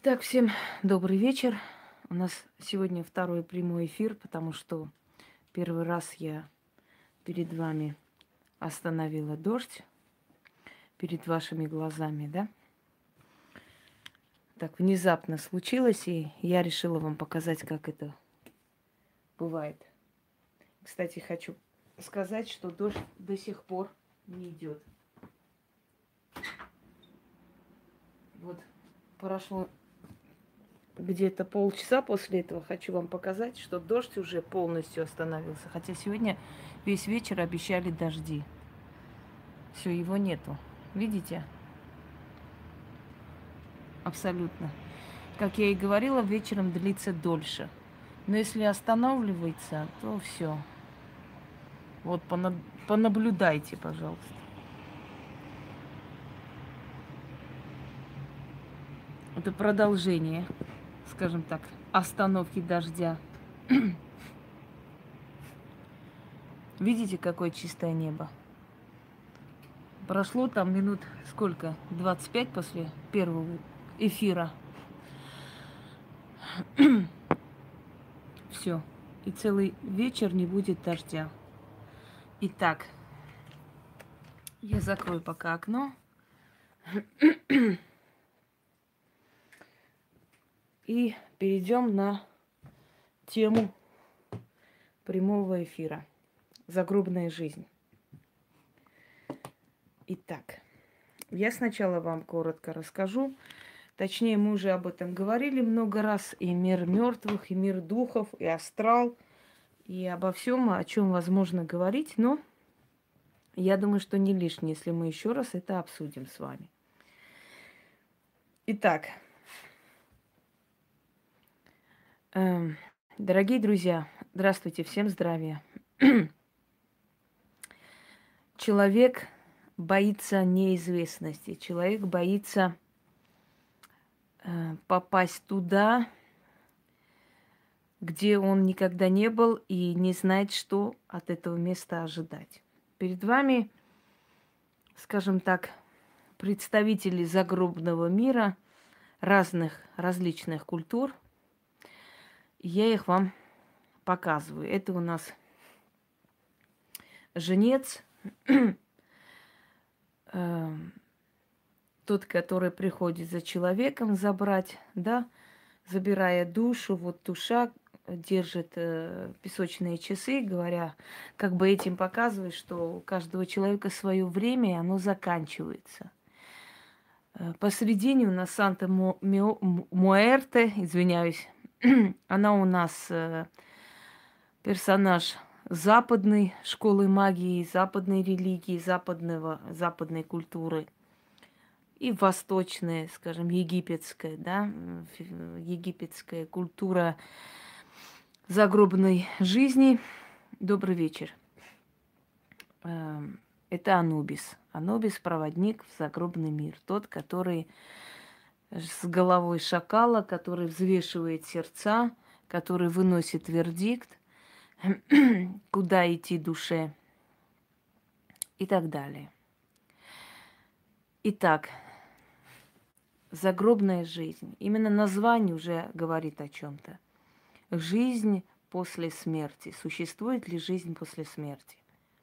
Итак, всем добрый вечер. У нас сегодня второй прямой эфир, потому что первый раз я перед вами остановила дождь, перед вашими глазами, да? Так внезапно случилось, и я решила вам показать, как это бывает. Кстати, хочу сказать, что дождь до сих пор не идет. Вот прошло где-то полчаса после этого. Хочу вам показать, что дождь уже полностью остановился. Хотя сегодня весь вечер обещали дожди. Все, его нету. Видите? Абсолютно. Как я и говорила, вечером длится дольше. Но если останавливается, то все. Вот понаблюдайте, пожалуйста. Это продолжение, скажем так, остановки дождя. Видите, какое чистое небо? Прошло там минут сколько? 25 после первого эфира. Все. И целый вечер не будет дождя. Итак, я закрою пока окно. И перейдем на тему прямого эфира. Загробная жизнь. Итак, я сначала вам коротко расскажу. Точнее, мы уже об этом говорили много раз. И мир мертвых, и мир духов, и астрал, и обо всем, о чем возможно говорить. Но я думаю, что не лишнее, если мы еще раз это обсудим с вами. Итак, дорогие друзья, здравствуйте, всем здравия. Человек боится неизвестности, человек боится попасть туда, где он никогда не был и не знает, что от этого места ожидать. Перед вами, скажем так, представители загробного мира разных, различных культур. Я их вам показываю. Это у нас жнец, тот, который приходит за человеком забрать, да, забирая душу, вот душа держит песочные часы, говоря, как бы этим показывает, что у каждого человека свое время, и оно заканчивается. Посредине у нас Санта-Муэрте, извиняюсь, она у нас персонаж западной школы магии, западной религии, западной культуры. И восточная, скажем, египетская, да, египетская культура загробной жизни. Добрый вечер. Это Анубис. Анубис – проводник в загробный мир. Тот, который с головой шакала, который взвешивает сердца, который выносит вердикт, куда идти душе и так далее. Итак, загробная жизнь. Именно название уже говорит о чем-то. Жизнь после смерти. Существует ли жизнь после смерти?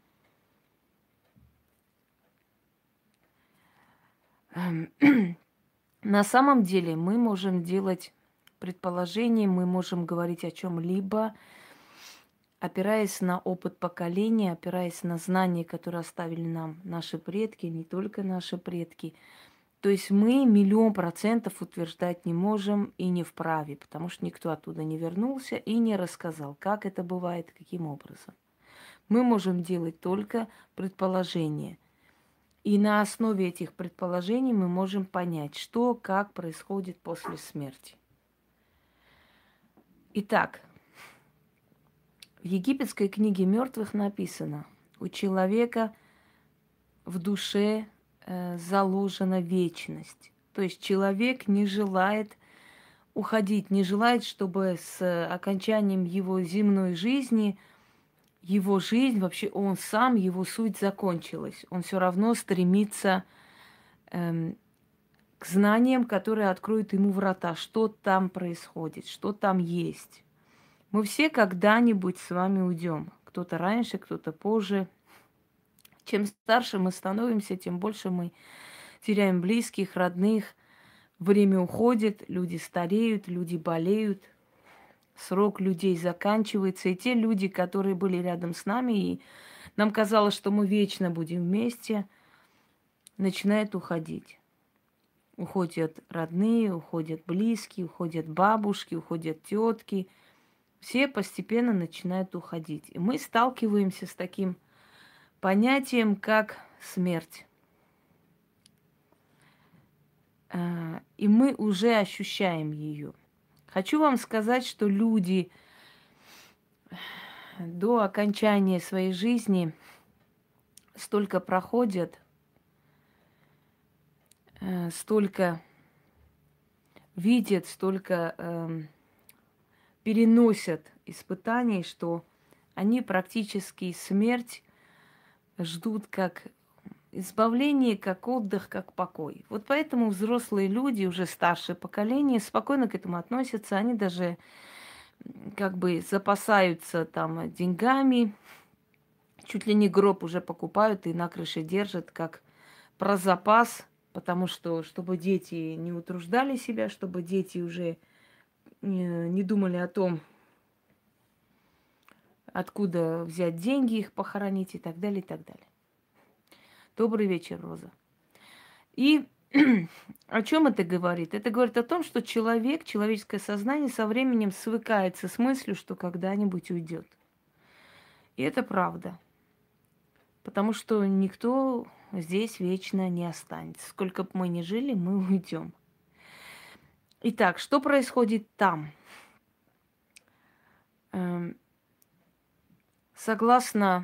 На самом деле мы можем делать предположения, мы можем говорить о чем-либо, опираясь на опыт поколения, опираясь на знания, которые оставили нам наши предки, не только наши предки. То есть мы 1000000% утверждать не можем и не вправе, потому что никто оттуда не вернулся и не рассказал, как это бывает, каким образом. Мы можем делать только предположения. И на основе этих предположений мы можем понять, что, как происходит после смерти. Итак, в египетской книге мертвых написано: у человека в душе заложена вечность. То есть человек не желает уходить, не желает, чтобы с окончанием его земной жизни, его жизнь, вообще он сам, его суть закончилась. Он все равно стремится к знаниям, которые откроют ему врата, что там происходит, что там есть. Мы все когда-нибудь с вами уйдем. Кто-то раньше, кто-то позже. Чем старше мы становимся, тем больше мы теряем близких, родных. Время уходит, люди стареют, люди болеют, срок людей заканчивается. И те люди, которые были рядом с нами, и нам казалось, что мы вечно будем вместе, начинают уходить. Уходят родные, уходят близкие, уходят бабушки, уходят тетки. Все постепенно начинают уходить. И мы сталкиваемся с таким понятием, как смерть. И мы уже ощущаем ее. Хочу вам сказать, что люди до окончания своей жизни столько проходят, столько видят, столько переносят испытаний, что они практически смерть ждут как избавление, как отдых, как покой. Вот поэтому взрослые люди, уже старшее поколение, спокойно к этому относятся. Они даже как бы запасаются там деньгами, чуть ли не гроб уже покупают и на крыше держат, как про запас, потому что, чтобы дети не утруждали себя, чтобы дети уже не думали о том, откуда взять деньги, их похоронить и так далее, и так далее. Добрый вечер, Роза. И о чем это говорит? Это говорит о том, что человек, человеческое сознание со временем свыкается с мыслью, что когда-нибудь уйдет. И это правда. Потому что никто здесь вечно не останется. Сколько бы мы ни жили, мы уйдем. Итак, что происходит там? Согласно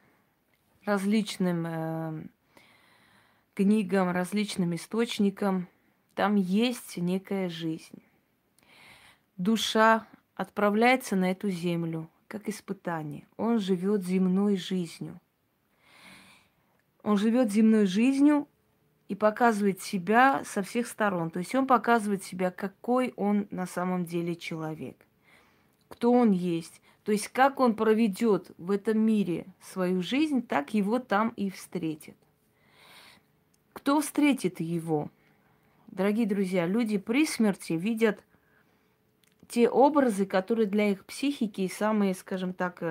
различным книгам, различным источникам, там есть некая жизнь. Душа отправляется на эту землю как испытание. Он живет земной жизнью. Он живет земной жизнью и показывает себя со всех сторон. То есть он показывает себя, какой он на самом деле человек, кто он есть. То есть как он проведет в этом мире свою жизнь, так его там и встретит. Кто встретит его? Дорогие друзья, люди при смерти видят те образы, которые для их психики самые, скажем так,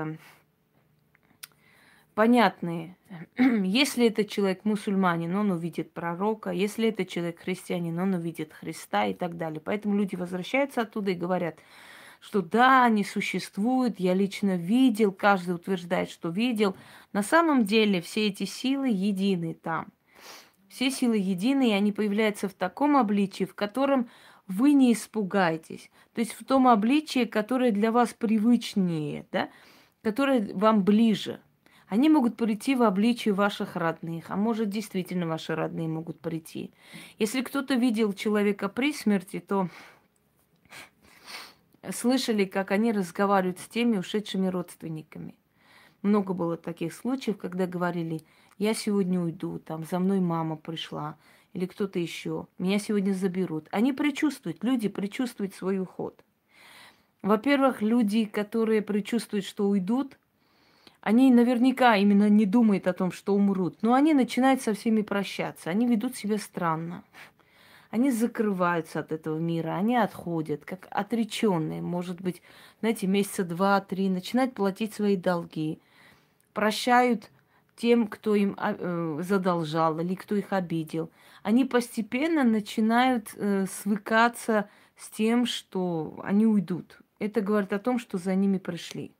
понятные. Если это человек мусульманин, он увидит пророка. Если это человек христианин, он увидит Христа и так далее. Поэтому люди возвращаются оттуда и говорят, что да, они существуют, я лично видел, каждый утверждает, что видел. На самом деле все эти силы едины там. Все силы едины, и они появляются в таком обличии, в котором вы не испугаетесь. То есть в том обличии, которое для вас привычнее, да? Которое вам ближе. Они могут прийти в обличии ваших родных, а может, действительно ваши родные могут прийти. Если кто-то видел человека при смерти, то слышали, как они разговаривают с теми ушедшими родственниками. Много было таких случаев, когда говорили, я сегодня уйду, там, за мной мама пришла, или кто-то еще, меня сегодня заберут. Они предчувствуют, люди предчувствуют свой уход. Во-первых, люди, которые предчувствуют, что уйдут, они наверняка именно не думают о том, что умрут, но они начинают со всеми прощаться, они ведут себя странно. Они закрываются от этого мира, они отходят, как отреченные, может быть, знаете, месяца 2-3, начинают платить свои долги, прощают тем, кто им задолжал или кто их обидел. Они постепенно начинают свыкаться с тем, что они уйдут. Это говорит о том, что за ними пришли.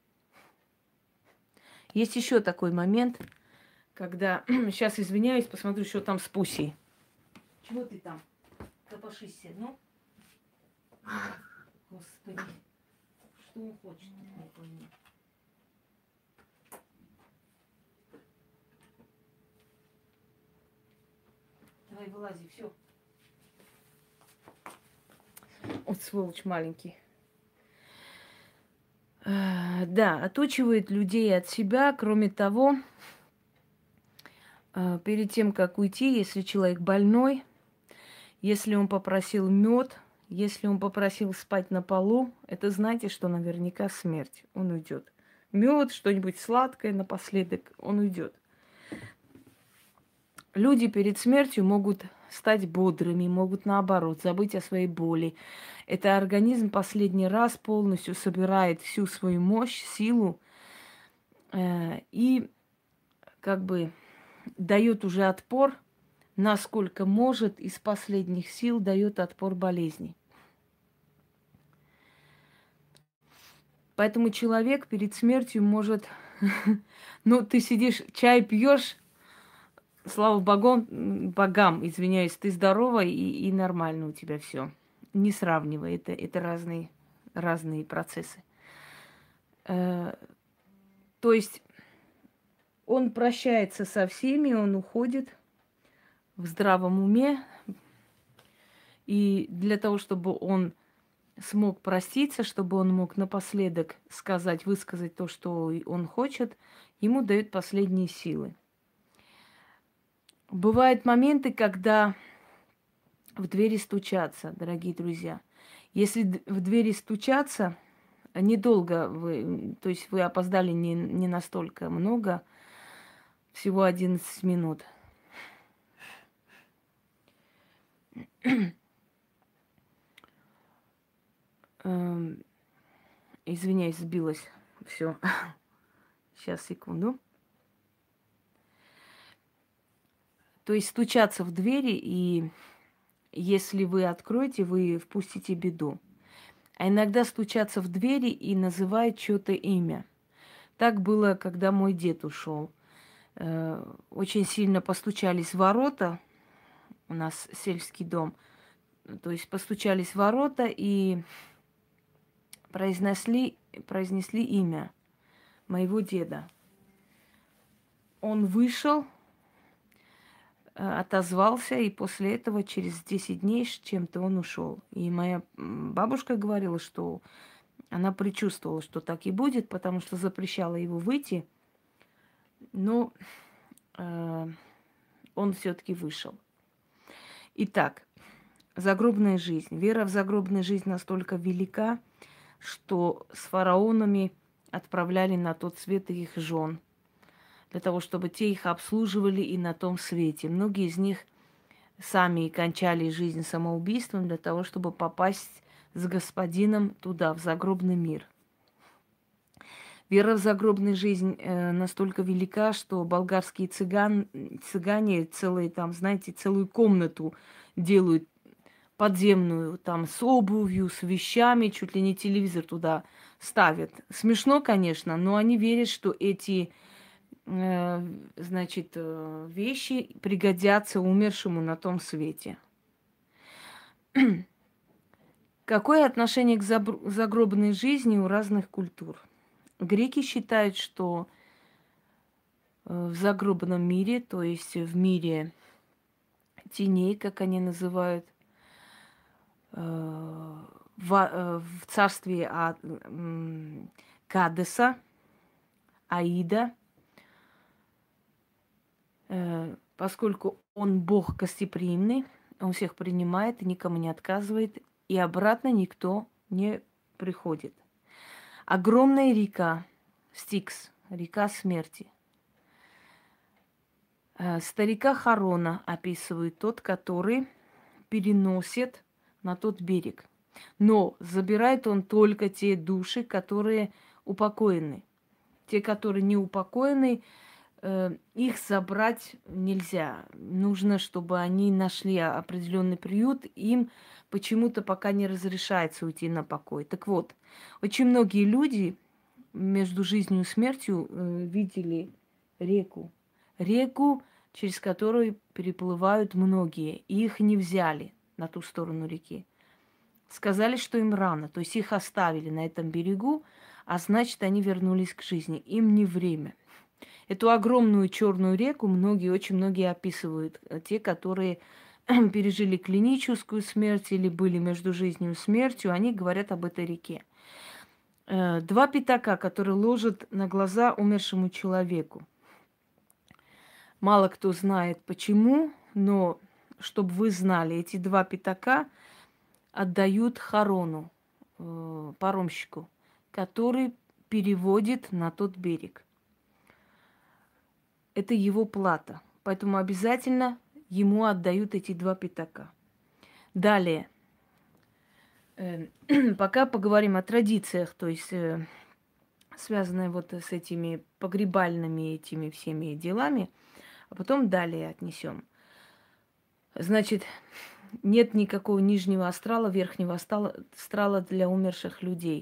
Есть еще такой момент, когда... Сейчас извиняюсь, посмотрю, что там с Пусей. Чего ты там? Копошись, ну? Господи, что он хочет, не пойму. Давай, вылази, все. Вот сволочь маленький. Да, отучивает людей от себя. Кроме того, перед тем, как уйти, если человек больной, Если он попросил мед, если он попросил спать на полу, это знайте, что наверняка смерть. Он уйдет. Мед, что-нибудь сладкое напоследок, он уйдет. Люди перед смертью могут стать бодрыми, могут наоборот забыть о своей боли. Это организм последний раз полностью собирает всю свою мощь, силу и как бы дает уже отпор, насколько может, из последних сил дает отпор болезни. Поэтому человек перед смертью может, ну, ты сидишь, чай пьешь, слава богам, извиняюсь, ты здорова и нормально у тебя все. Не сравнивай, это разные процессы. То есть он прощается со всеми, он уходит в здравом уме. И для того, чтобы он смог проститься, чтобы он мог напоследок сказать, высказать то, что он хочет, ему дают последние силы. Бывают моменты, когда в двери стучатся, дорогие друзья. Если в двери стучатся, недолго вы, то есть вы опоздали не настолько много, всего 11 минут. Извиняюсь, сбилась. Все. Сейчас, секунду. То есть стучаться в двери, и если вы откроете, вы впустите беду. А иногда стучаться в двери и называют чьё-то имя. Так было, когда мой дед ушел. Очень сильно постучались в ворота. У нас сельский дом. То есть постучались в ворота и произнесли имя моего деда. Он вышел, отозвался, и после этого через 10 дней с чем-то он ушел. И моя бабушка говорила, что она предчувствовала, что так и будет, потому что запрещала его выйти. Но он все-таки вышел. Итак, загробная жизнь. Вера в загробную жизнь настолько велика, что с фараонами отправляли на тот свет их жен, для того, чтобы те их обслуживали и на том свете. Многие из них сами кончали жизнь самоубийством для того, чтобы попасть с господином туда, в загробный мир. Вера в загробную жизнь настолько велика, что болгарские цыгане целые там, знаете, целую комнату делают подземную, там с обувью, с вещами, чуть ли не телевизор туда ставят. Смешно, конечно, но они верят, что эти вещи пригодятся умершему на том свете. Какое отношение к загробной жизни у разных культур? Греки считают, что в загробном мире, то есть в мире теней, как они называют, в царстве Кадеса, Аида, поскольку он Бог гостеприимный, он всех принимает, никому не отказывает, и обратно никто не приходит. Огромная река, Стикс, река смерти. Старика Харона описывает тот, который переносит на тот берег. Но забирает он только те души, которые упокоены. Те, которые не упокоены, их забрать нельзя. Нужно, чтобы они нашли определенный приют. Им почему-то пока не разрешается уйти на покой. Так вот, очень многие люди между жизнью и смертью видели реку. Реку, через которую переплывают многие. И их не взяли на ту сторону реки. Сказали, что им рано. То есть их оставили на этом берегу, а значит, они вернулись к жизни. Им не время. Эту огромную черную реку очень многие описывают. Те, которые пережили клиническую смерть или были между жизнью и смертью, они говорят об этой реке. 2 пятака, которые ложат на глаза умершему человеку. Мало кто знает почему, но чтобы вы знали, эти два пятака отдают Харону, паромщику, который переводит на тот берег. Это его плата. Поэтому обязательно ему отдают эти два пятака. Далее. Пока поговорим о традициях, то есть связанные вот с этими погребальными этими всеми делами, а потом далее отнесем. Значит, нет никакого нижнего астрала, верхнего астрала для умерших людей.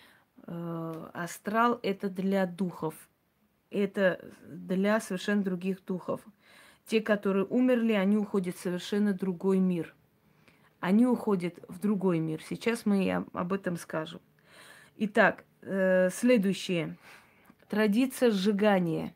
Астрал – это для духов. Это для совершенно других духов. Те, которые умерли, они уходят в совершенно другой мир. Они уходят в другой мир. Сейчас мы об этом скажем. Итак, следующее. Традиция сжигания.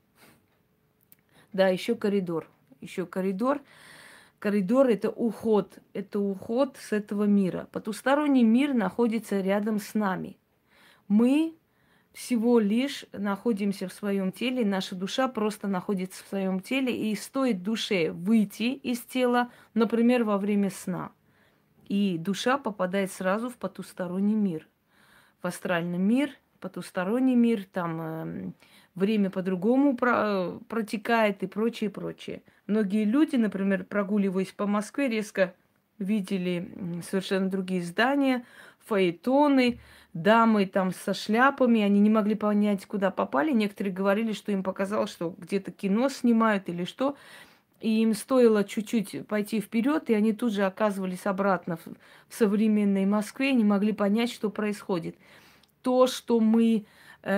Да, еще коридор. Еще коридор. Коридор – это уход. Это уход с этого мира. Потусторонний мир находится рядом с нами. Мы всего лишь находимся в своем теле, наша душа просто находится в своем теле, и стоит душе выйти из тела, например, во время сна, и душа попадает сразу в потусторонний мир, в астральный мир, потусторонний мир, там время по-другому протекает и прочее, прочее. Многие люди, например, прогуливаясь по Москве, резко видели совершенно другие здания, фаэтоны, дамы там со шляпами, они не могли понять, куда попали. Некоторые говорили, что им показалось, что где-то кино снимают или что. И им стоило чуть-чуть пойти вперед, и они тут же оказывались обратно в современной Москве, не могли понять, что происходит. То, что мы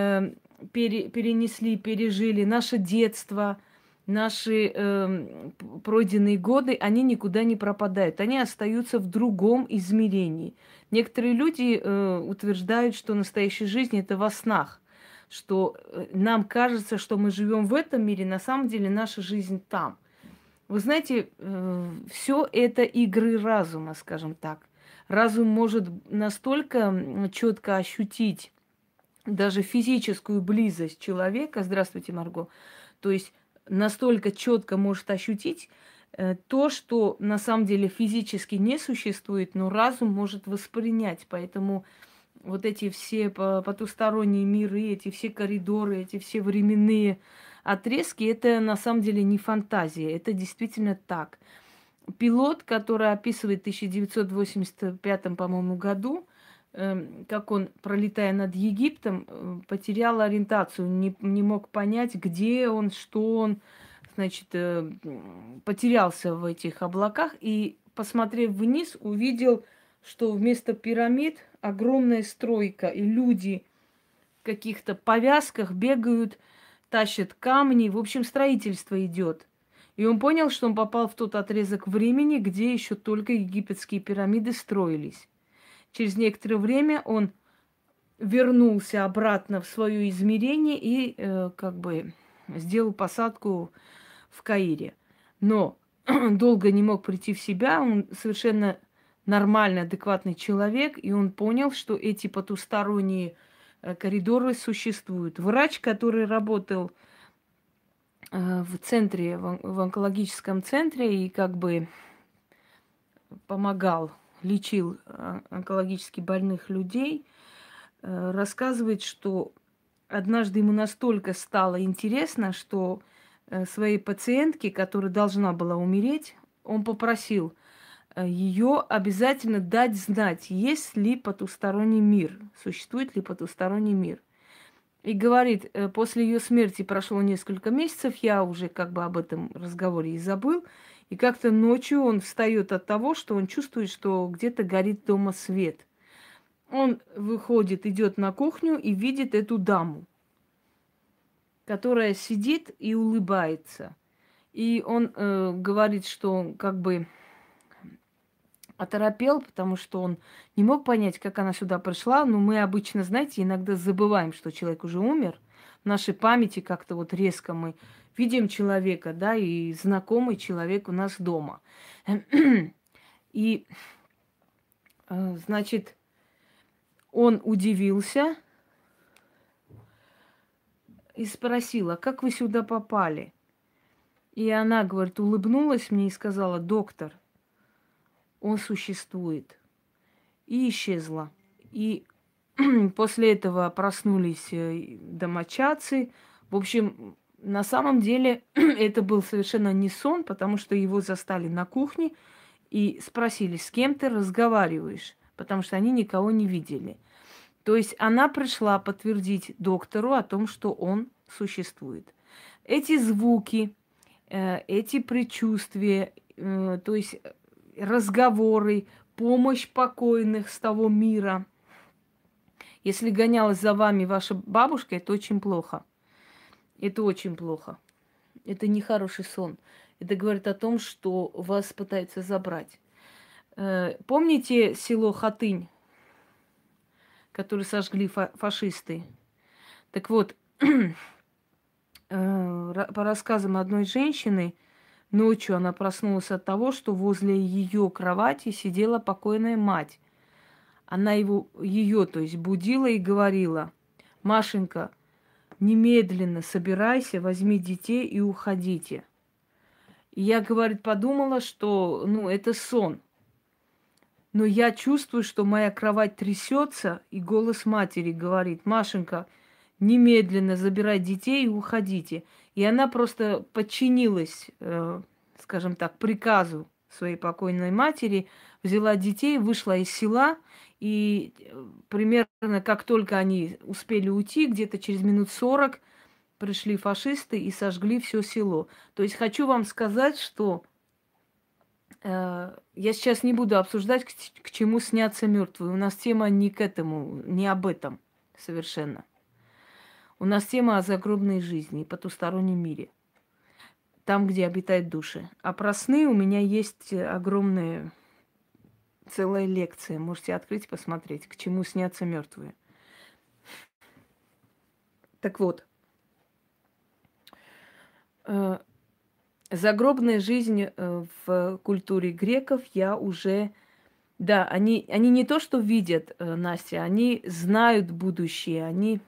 перенесли, пережили, наше детство, наши пройденные годы, они никуда не пропадают. Они остаются в другом измерении. Некоторые люди утверждают, что настоящая жизнь – это во снах, что нам кажется, что мы живем в этом мире, на самом деле наша жизнь там. Вы знаете, все это игры разума, скажем так. Разум может настолько четко ощутить даже физическую близость человека. Здравствуйте, Марго. То есть настолько четко может ощутить то, что на самом деле физически не существует, но разум может воспринять. Поэтому вот эти все потусторонние миры, эти все коридоры, эти все временные отрезки, это на самом деле не фантазия, это действительно так. Пилот, который описывает в 1985, по-моему, году, как он, пролетая над Египтом, потерял ориентацию, не мог понять, где он, что он, значит, потерялся в этих облаках и, посмотрев вниз, увидел, что вместо пирамид огромная стройка, и люди в каких-то повязках бегают, тащат камни. В общем, строительство идет. И он понял, что он попал в тот отрезок времени, где еще только египетские пирамиды строились. Через некоторое время он вернулся обратно в свое измерение и как бы сделал посадку в Каире. Но долго не мог прийти в себя, он совершенно нормальный, адекватный человек, и он понял, что эти потусторонние коридоры существуют. Врач, который работал в центре, в онкологическом центре и как бы помогал, лечил онкологически больных людей, рассказывает, что однажды ему настолько стало интересно, что своей пациентке, которая должна была умереть, он попросил ее обязательно дать знать, есть ли потусторонний мир, существует ли потусторонний мир. И говорит, после ее смерти прошло несколько месяцев, я уже как бы об этом разговоре и забыл. И как-то ночью он встает от того, что он чувствует, что где-то горит дома свет. Он выходит, идет на кухню и видит эту даму, которая сидит и улыбается. И он говорит, что он как бы оторопел, потому что он не мог понять, как она сюда пришла. Но мы обычно, знаете, иногда забываем, что человек уже умер. В нашей памяти как-то вот резко мы видим человека, да, и знакомый человек у нас дома. И, значит, он удивился и спросил, а как вы сюда попали? И она, говорит, улыбнулась мне и сказала, доктор, он существует. И исчезла. И после этого проснулись домочадцы. В общем, на самом деле это был совершенно не сон, потому что его застали на кухне и спросили, с кем ты разговариваешь, потому что они никого не видели. То есть она пришла подтвердить доктору о том, что он существует. Эти звуки, эти предчувствия, то есть разговоры, помощь покойных с того мира. Если гонялась за вами ваша бабушка, это очень плохо. Это очень плохо. Это нехороший сон. Это говорит о том, что вас пытаются забрать. Помните село Хатынь, которое сожгли фашисты? Так вот, по рассказам одной женщины, ночью она проснулась от того, что возле ее кровати сидела покойная мать. Она ее, то есть, будила и говорила: Машенька, немедленно собирайся, возьми детей и уходите. И я, говорит, подумала, что, это сон. Но я чувствую, что моя кровать трясется, и голос матери говорит: Машенька, немедленно забирай детей и уходите. И она просто подчинилась, скажем так, приказу своей покойной матери, взяла детей, вышла из села, и примерно как только они успели уйти, где-то через минут 40 пришли фашисты и сожгли все село. То есть хочу вам сказать, что я сейчас не буду обсуждать, к чему снятся мертвые. У нас тема не к этому, не об этом совершенно. У нас тема о загробной жизни и потустороннем мире. Там, где обитают души. А про сны у меня есть огромная целая лекция. Можете открыть и посмотреть, к чему снятся мертвые. Так вот. Загробная жизнь в культуре греков я уже... Да, они не то, что видят, Настя, они знают будущее, они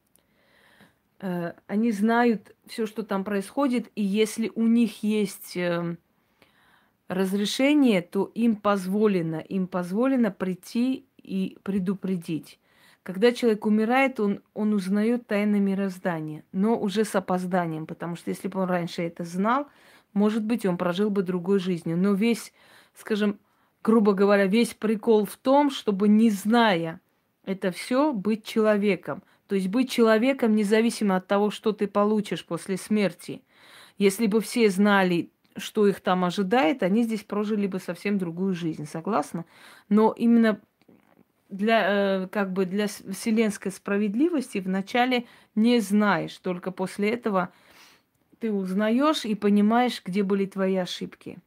знают все, что там происходит, и если у них есть разрешение, то им позволено прийти и предупредить. Когда человек умирает, он узнает тайны мироздания, но уже с опозданием, потому что если бы он раньше это знал, может быть, он прожил бы другой жизнью. Но весь, скажем, грубо говоря, весь прикол в том, чтобы, не зная это все, быть человеком. То есть быть человеком независимо от того, что ты получишь после смерти. Если бы все знали, что их там ожидает, они здесь прожили бы совсем другую жизнь. Согласна? Но именно для вселенской справедливости вначале не знаешь, только после этого ты узнаешь и понимаешь, где были твои ошибки.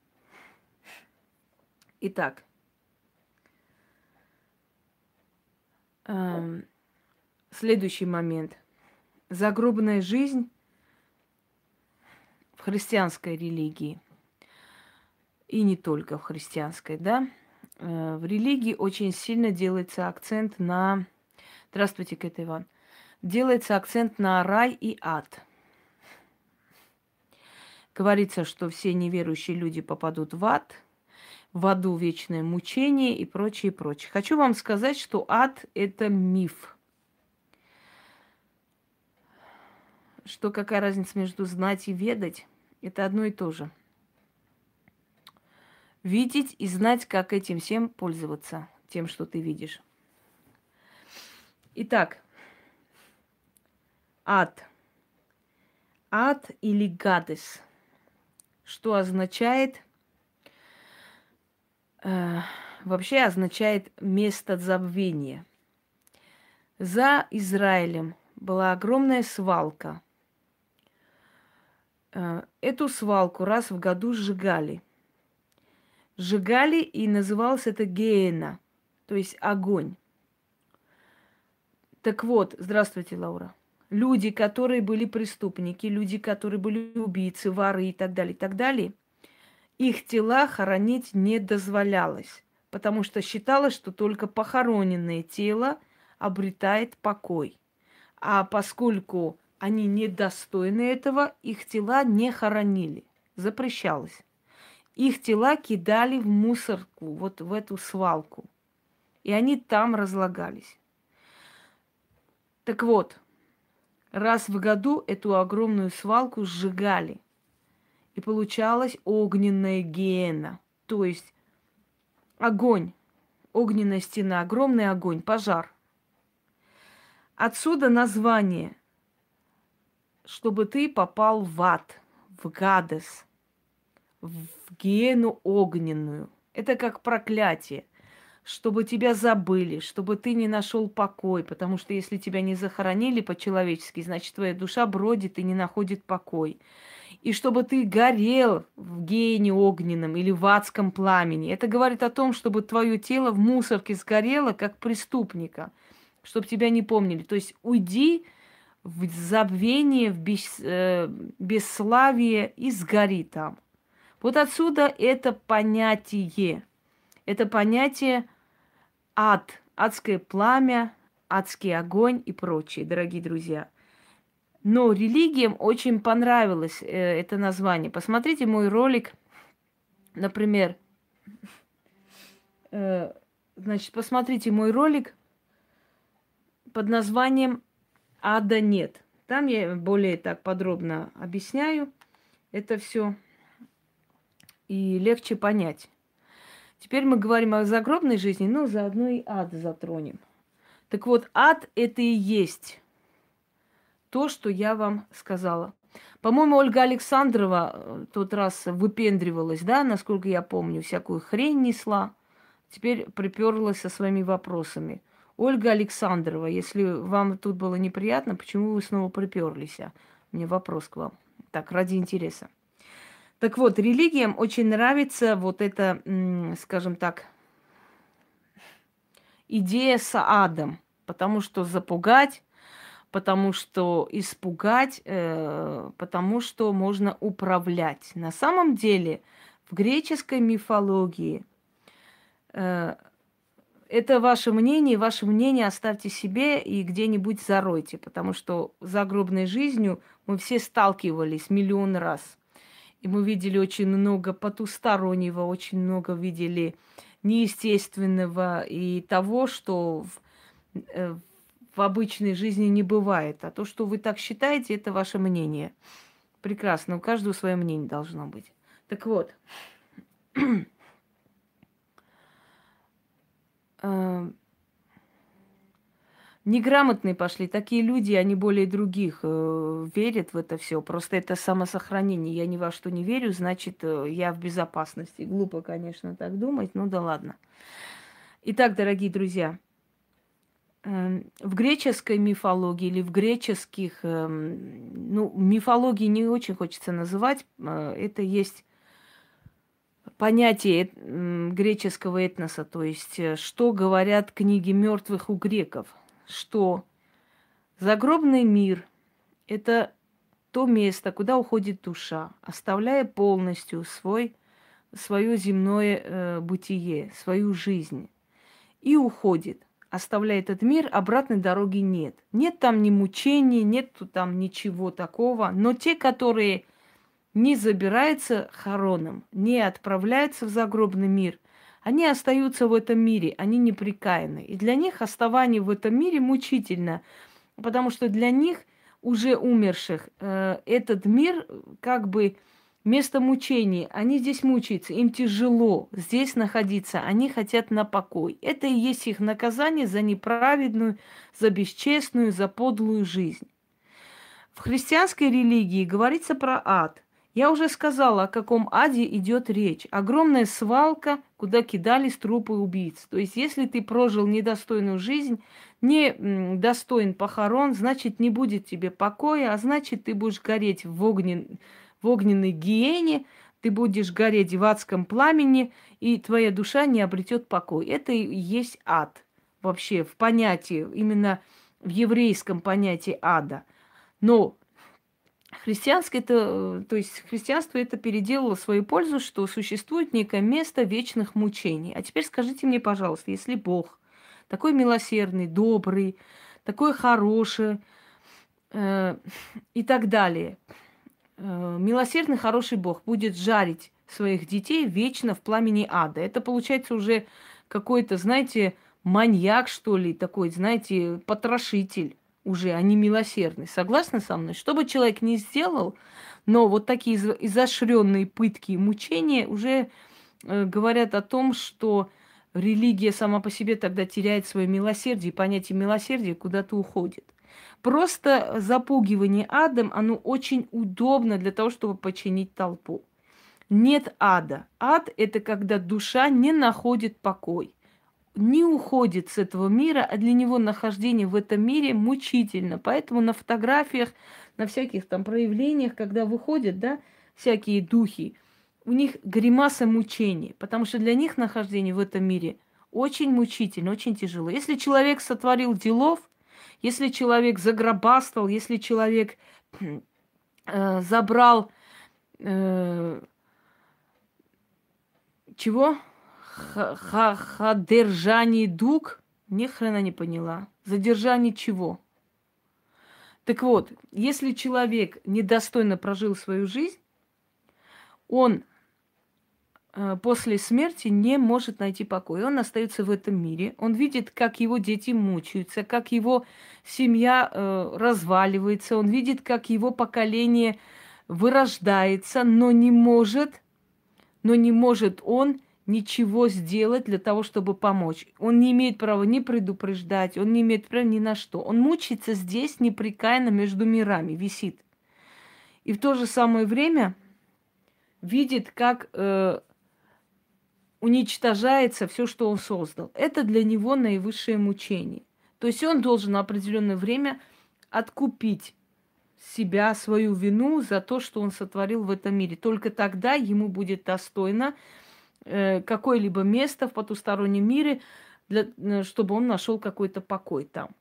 Итак, следующий момент. Загробная жизнь в христианской религии. И не только в христианской, да. В религии очень сильно делается акцент на... Здравствуйте, Кэт Иван. Делается акцент на рай и ад. Говорится, что все неверующие люди попадут в ад, в аду вечное мучение и прочее, прочее. Хочу вам сказать, что ад – это миф. Что какая разница между знать и ведать – это одно и то же. Видеть и знать, как этим всем пользоваться, тем, что ты видишь. Итак, ад. Ад или гадес. Что означает? Вообще означает место забвения. За Израилем была огромная свалка. Эту свалку раз в году сжигали. Сжигали, и называлось это геена, то есть огонь. Так вот, здравствуйте, Лаура. Люди, которые были преступники, люди, которые были убийцы, воры и так далее, их тела хоронить не дозволялось, потому что считалось, что только похороненное тело обретает покой. А поскольку они недостойны этого, их тела не хоронили, запрещалось. их тела кидали в мусорку, вот в эту свалку. И они там разлагались. Так вот, раз в году эту огромную свалку сжигали. И получалась огненная гиена. То есть огонь, огненная стена, огромный огонь, пожар. Отсюда название, чтобы ты попал в ад, в Гадес, в гиену огненную. Это как проклятие, чтобы тебя забыли, чтобы ты не нашел покой, потому что если тебя не захоронили по-человечески, значит, твоя душа бродит и не находит покой. И чтобы ты горел в гиене огненном или в адском пламени. Это говорит о том, чтобы твое тело в мусорке сгорело, как преступника, чтобы тебя не помнили. То есть уйди в забвение, в бесславие и сгори там. Вот отсюда это понятие. Это понятие ад, адское пламя, адский огонь и прочее, дорогие друзья. Но религиям очень понравилось это название. Посмотрите мой ролик, например, значит, посмотрите мой ролик под названием «Ада нет». Там я более так подробно объясняю это все и легче понять. Теперь мы говорим о загробной жизни, но заодно и ад затронем. Так вот, ад – это и есть то, что я вам сказала. По-моему, Ольга Александрова тот раз выпендривалась, да, насколько я помню, всякую хрень несла. Теперь приперлась со своими вопросами. Ольга Александрова, если вам тут было неприятно, почему вы снова приперлись? У меня вопрос к вам. Так, ради интереса. Так вот, религиям очень нравится вот эта, скажем так, идея с адом, потому что запугать, потому что испугать, потому что можно управлять. На самом деле, в греческой мифологии это ваше мнение оставьте себе и где-нибудь заройте, потому что загробной жизнью мы все сталкивались миллион раз. И мы видели очень много потустороннего, очень много видели неестественного и того, что в обычной жизни не бывает. А то, что вы так считаете, это ваше мнение. Прекрасно, у каждого свое мнение должно быть. Так вот, неграмотные пошли. Такие люди, они более других верят в это все. Просто это самосохранение. Я ни во что не верю, значит, я в безопасности. Глупо, конечно, так думать, ну да ладно. Итак, дорогие друзья, в греческой мифологии или в греческих, ну, мифологии не очень хочется называть, это есть понятие греческого этноса, то есть что говорят книги мертвых у греков, что загробный мир – это то место, куда уходит душа, оставляя полностью свое земное бытие, свою жизнь, и уходит. Оставляя этот мир, обратной дороги нет. Нет там ни мучений, нет там ничего такого. Но те, которые не забираются хороном, не отправляются в загробный мир, они остаются в этом мире, они непрекаянны. И для них оставание в этом мире мучительно, потому что для них, уже умерших, этот мир как бы место мучений. Они здесь мучаются, им тяжело здесь находиться, они хотят на покой. Это и есть их наказание за неправедную, за бесчестную, за подлую жизнь. В христианской религии говорится про ад. Я уже сказала, о каком аде идет речь. Огромная свалка, куда кидались трупы убийц. То есть, если ты прожил недостойную жизнь, не достоин похорон, значит, не будет тебе покоя, а значит, ты будешь гореть в огненной гиене, ты будешь гореть в адском пламени, и твоя душа не обретет покой. Это и есть ад вообще в понятии, именно в еврейском понятии ада. Но христианство это переделало в свою пользу, что существует некое место вечных мучений. А теперь скажите мне, пожалуйста, если Бог такой милосердный, добрый, такой хороший и так далее, милосердный, хороший Бог будет жарить своих детей вечно в пламени ада. Это получается уже какой-то, знаете, маньяк, что ли, такой, знаете, потрошитель уже, а не милосердный. Согласны со мной? Что бы человек ни сделал, но вот такие изощренные пытки и мучения уже говорят о том, что религия сама по себе тогда теряет свое милосердие, и понятие милосердия куда-то уходит. Просто запугивание адом, оно очень удобно для того, чтобы подчинить толпу. Нет ада. Ад – это когда душа не находит покой, не уходит с этого мира, а для него нахождение в этом мире мучительно. Поэтому на фотографиях, на всяких там проявлениях, когда выходят, да, всякие духи, у них гримаса мучений, потому что для них нахождение в этом мире очень мучительно, очень тяжело. Если человек сотворил делов, если человек загробастал, если человек забрал чего? Задержание дуг? Ни хрена не поняла. Задержание чего? Так вот, если человек недостойно прожил свою жизнь, он после смерти не может найти покой. Он остается в этом мире. Он видит, как его дети мучаются, как его семья разваливается. Он видит, как его поколение вырождается, но не может он ничего сделать для того, чтобы помочь. Он не имеет права ни предупреждать, он не имеет права ни на что. Он мучается здесь непрекаянно между мирами, висит. И в то же самое время видит, как уничтожается все, что он создал. Это для него наивысшее мучение. То есть он должен на определенное время откупить себя, свою вину за то, что он сотворил в этом мире. Только тогда ему будет достойно какое-либо место в потустороннем мире, чтобы он нашел какой-то покой там.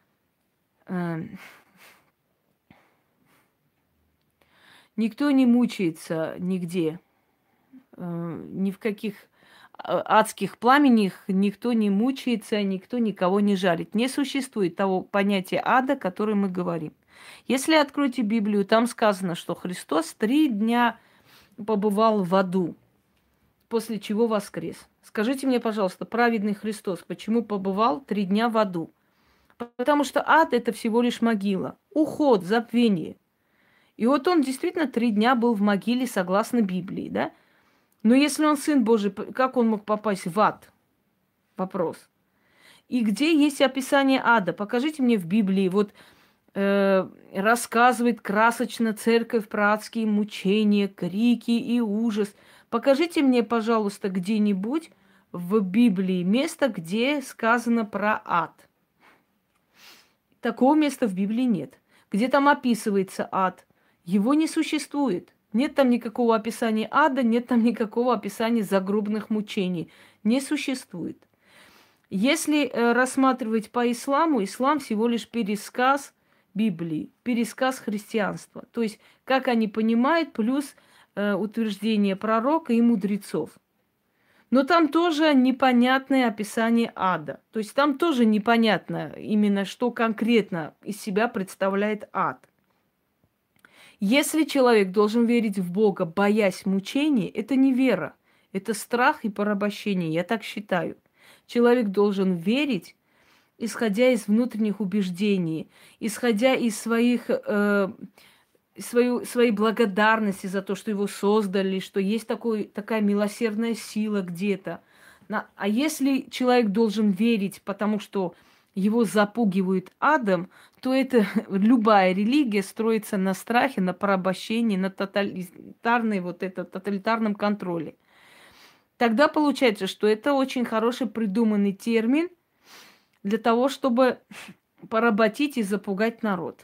Никто не мучается нигде, ни в каких адских пламенях никто не мучается, никто никого не жарит. Не существует того понятия ада, о котором мы говорим. Если откроете Библию, там сказано, что Христос 3 дня побывал в аду, после чего воскрес. Скажите мне, пожалуйста, праведный Христос, почему побывал 3 дня в аду? Потому что ад – это всего лишь могила, уход, забвение. И вот он действительно 3 дня был в могиле, согласно Библии, да? Но если он Сын Божий, как он мог попасть в ад? Вопрос. И где есть описание ада? Покажите мне в Библии. Вот рассказывает красочно церковь про адские мучения, крики и ужас. Покажите мне, пожалуйста, где-нибудь в Библии место, где сказано про ад. Такого места в Библии нет. Где там описывается ад? Его не существует. Нет там никакого описания ада, нет там никакого описания загробных мучений. Не существует. Если рассматривать по исламу, ислам всего лишь пересказ Библии, пересказ христианства. То есть, как они понимают, плюс утверждение пророка и мудрецов. Но там тоже непонятное описание ада. То есть там тоже непонятно именно, что конкретно из себя представляет ад. Если человек должен верить в Бога, боясь мучений, это не вера, это страх и порабощение, я так считаю. Человек должен верить, исходя из внутренних убеждений, исходя из своей благодарности за то, что его создали, что есть такая милосердная сила где-то. А если человек должен верить, потому что его запугивают адом, то это любая религия строится на страхе, на порабощении, на тоталитарном контроле. Тогда получается, что это очень хороший придуманный термин для того, чтобы поработить и запугать народ.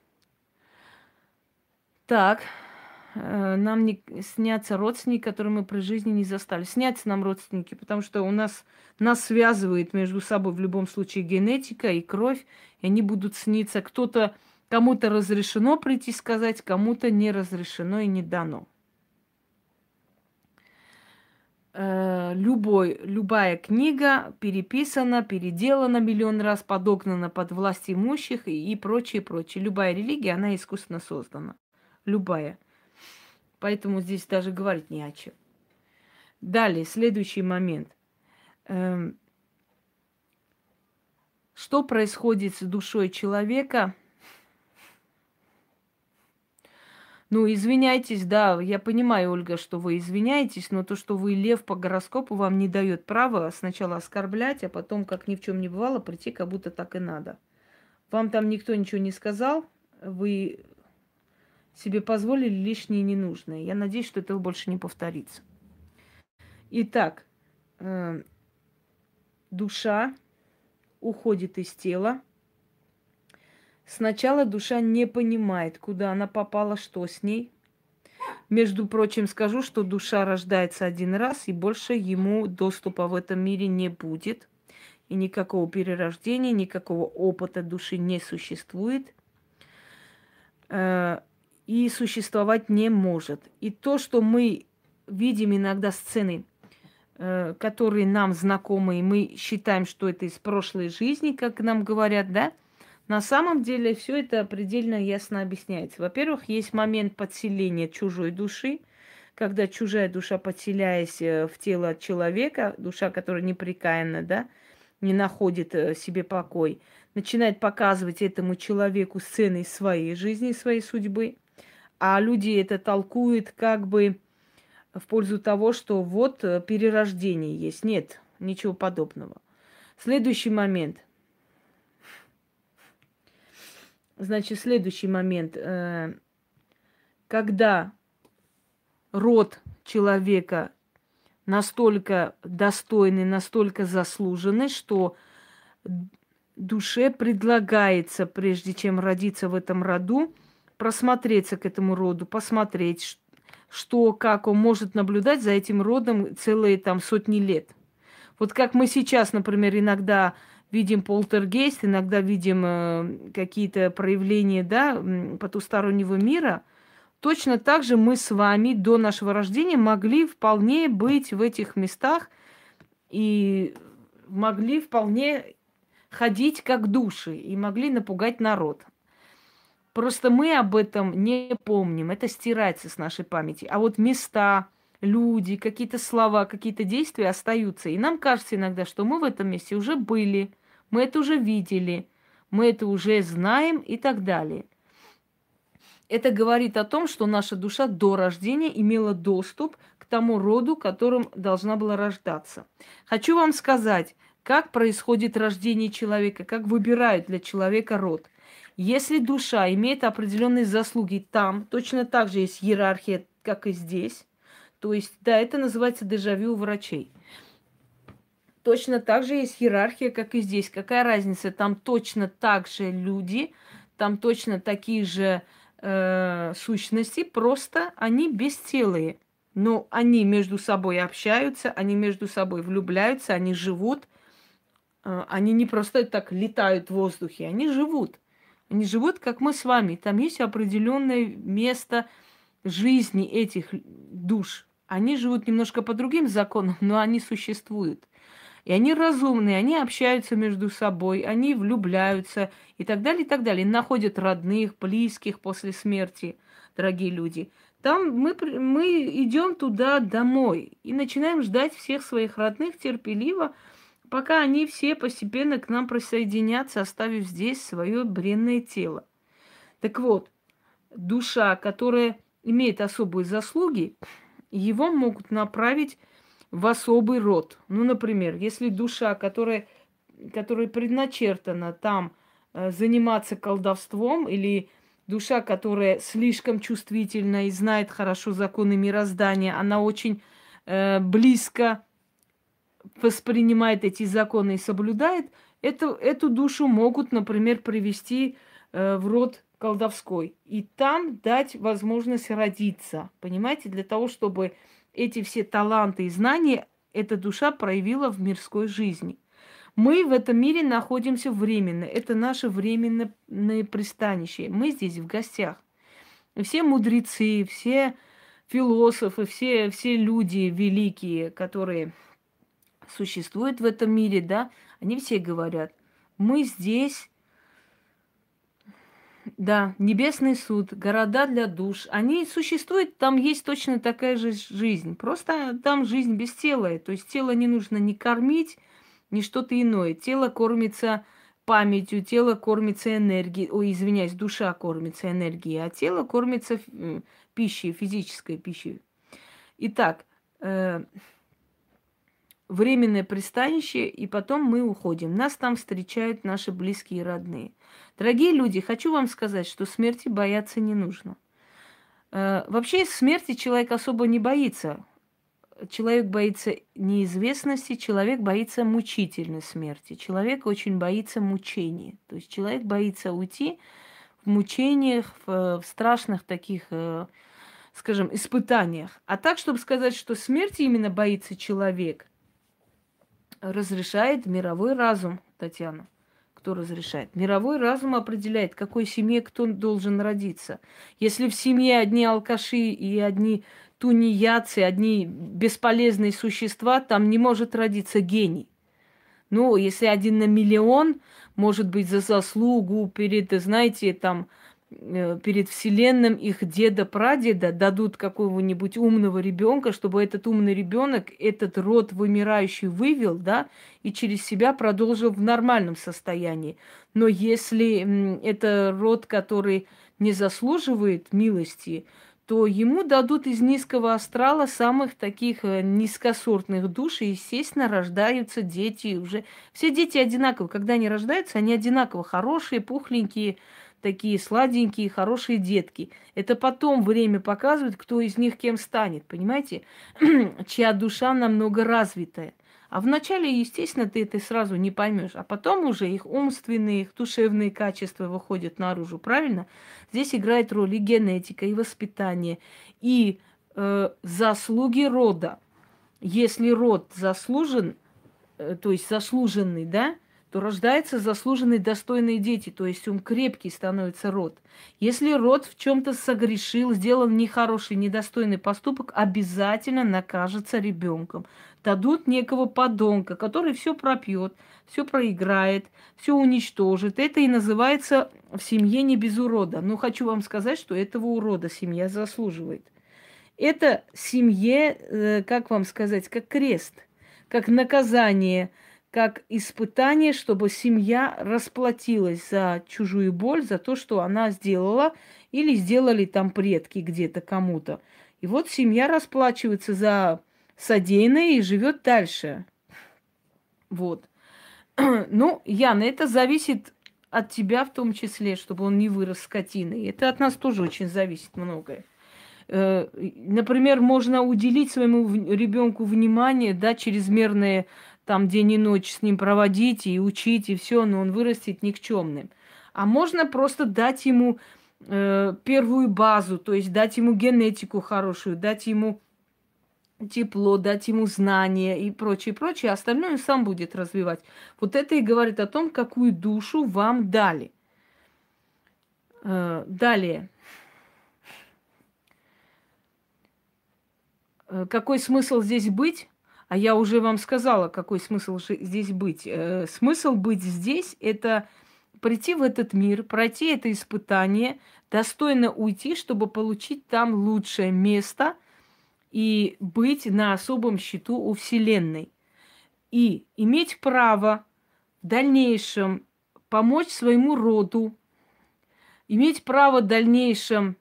Так, нам не снятся родственники, которые мы при жизни не застали. Снятся нам родственники, потому что нас связывает между собой в любом случае генетика и кровь, и они будут сниться. Кому-то разрешено прийти сказать, кому-то не разрешено и не дано. Любая книга переписана, переделана миллион раз, подогнана под власть имущих и прочее, прочее. Любая религия, она искусственно создана. Любая. Поэтому здесь даже говорить не о чем. Далее, следующий момент. Что происходит с душой человека? Ну, извиняйтесь, да, я понимаю, Ольга, что вы извиняетесь, но то, что вы лев по гороскопу, вам не дает права сначала оскорблять, а потом, как ни в чем не бывало, прийти, как будто так и надо. Вам там никто ничего не сказал, вы себе позволили лишнее и ненужное. Я надеюсь, что этого больше не повторится. Итак, душа уходит из тела. Сначала душа не понимает, куда она попала, что с ней. Между прочим, скажу, что душа рождается один раз, и больше ему доступа в этом мире не будет. И никакого перерождения, никакого опыта души не существует. И существовать не может. И то, что мы видим иногда сцены, которые нам знакомы, и мы считаем, что это из прошлой жизни, как нам говорят, да, на самом деле все это предельно ясно объясняется. Во-первых, есть момент подселения чужой души, когда чужая душа, подселяясь в тело человека, душа, которая непрекаянна, да, не находит себе покой, начинает показывать этому человеку сцены своей жизни, своей судьбы, а люди это толкуют как бы в пользу того, что вот перерождение есть. Нет, ничего подобного. Следующий момент – Значит, следующий момент. Когда род человека настолько достойный, настолько заслуженный, что душе предлагается, прежде чем родиться в этом роду, просмотреться к этому роду, посмотреть, что, как он может наблюдать за этим родом целые там сотни лет. Вот как мы сейчас, например, иногда видим полтергейст, иногда видим какие-то проявления, да, потустороннего мира, точно так же мы с вами до нашего рождения могли вполне быть в этих местах и могли вполне ходить как души и могли напугать народ. Просто мы об этом не помним, это стирается с нашей памяти. А вот места, люди, какие-то слова, какие-то действия остаются. И нам кажется иногда, что мы в этом месте уже были, мы это уже видели, мы это уже знаем и так далее. Это говорит о том, что наша душа до рождения имела доступ к тому роду, которым должна была рождаться. Хочу вам сказать, как происходит рождение человека, как выбирают для человека род. Если душа имеет определенные заслуги там, точно так же есть иерархия, как и здесь. То есть, да, это называется дежавю у врачей. Точно так же есть иерархия, как и здесь. Какая разница? Там точно так же люди, там точно такие же сущности, просто они бестелые. Но они между собой общаются, они между собой влюбляются, они живут. Они не просто так летают в воздухе, они живут. Они живут, как мы с вами. Там есть определенное место жизни этих душ. Они живут немножко по другим законам, но они существуют. И они разумные, они общаются между собой, они влюбляются и так далее, и так далее. Находят родных, близких после смерти, дорогие люди. Там мы идем туда домой и начинаем ждать всех своих родных терпеливо, пока они все постепенно к нам присоединятся, оставив здесь свое бренное тело. Так вот, душа, которая имеет особые заслуги, его могут направить в особый род. Ну, например, если душа, которая предначертана там заниматься колдовством, или душа, которая слишком чувствительна и знает хорошо законы мироздания, она очень близко воспринимает эти законы и соблюдает, эту душу могут, например, привести в род колдовской. И там дать возможность родиться. Понимаете? Для того, чтобы эти все таланты и знания эта душа проявила в мирской жизни. Мы в этом мире находимся временно. Это наше временное пристанище. Мы здесь в гостях. И все мудрецы, все философы, все люди великие, которые существуют в этом мире, да, они все говорят, мы здесь Да, небесный суд, города для душ, они существуют, там есть точно такая же жизнь. Просто там жизнь бестелая. То есть тело не нужно ни кормить, ни что-то иное. Тело кормится памятью, тело кормится энергией. Ой, извиняюсь, душа кормится энергией, а тело кормится пищей, физической пищей. Итак, временное пристанище, и потом мы уходим. Нас там встречают наши близкие и родные. Дорогие люди, хочу вам сказать, что смерти бояться не нужно. Вообще смерти человек особо не боится. Человек боится неизвестности, человек боится мучительной смерти. Человек очень боится мучений. То есть человек боится уйти в мучениях, в страшных таких, скажем, испытаниях. А так, чтобы сказать, что смерти именно боится человек, разрешает мировой разум, Татьяна. Кто разрешает? Мировой разум определяет, в какой семье кто должен родиться. Если в семье одни алкаши и одни тунеядцы, одни бесполезные существа, там не может родиться гений. Ну, если 1 на 1 000.000, может быть, за заслугу перед, знаете, там, перед Вселенным их деда-прадеда дадут какого-нибудь умного ребенка, чтобы этот умный ребенок этот род вымирающий вывел, да, и через себя продолжил в нормальном состоянии. Но если это род, который не заслуживает милости, то ему дадут из низкого астрала самых таких низкосортных душ, и, естественно, рождаются дети уже. Все дети одинаковые. Когда они рождаются, они одинаково хорошие, пухленькие, такие сладенькие, хорошие детки. Это потом время показывает, кто из них кем станет, понимаете? Чья душа намного развитая. А вначале, естественно, ты это сразу не поймешь, а потом уже их умственные, их душевные качества выходят наружу, правильно? Здесь играет роль и генетика, и воспитание, и заслуги рода. Если род заслужен, то есть заслуженный, да, то рождаются заслуженные достойные дети, то есть он крепкий становится род. Если род в чем-то согрешил, сделал нехороший, недостойный поступок, обязательно накажется ребенком. Дадут некого подонка, который все пропьет, все проиграет, все уничтожит. Это и называется в семье не без урода. Но хочу вам сказать, что этого урода семья заслуживает. Это семье, как вам сказать, как крест, как наказание, как испытание, чтобы семья расплатилась за чужую боль, за то, что она сделала, или сделали там предки где-то кому-то. И вот семья расплачивается за содеянное и живет дальше. Вот. Ну, Яна, это зависит от тебя в том числе, чтобы он не вырос скотиной. Это от нас тоже очень зависит многое. Например, можно уделить своему ребенку внимание, да, чрезмерное там день и ночь с ним проводить и учить, и все, но он вырастет никчемным. А можно просто дать ему первую базу, то есть дать ему генетику хорошую, дать ему тепло, дать ему знания и прочее, прочее, а остальное он сам будет развивать. Вот это и говорит о том, какую душу вам дали. Далее. Какой смысл здесь быть? А я уже вам сказала, какой смысл здесь быть. Смысл быть здесь – это прийти в этот мир, пройти это испытание, достойно уйти, чтобы получить там лучшее место и быть на особом счету у Вселенной. И иметь право в дальнейшем помочь своему роду, иметь право в дальнейшем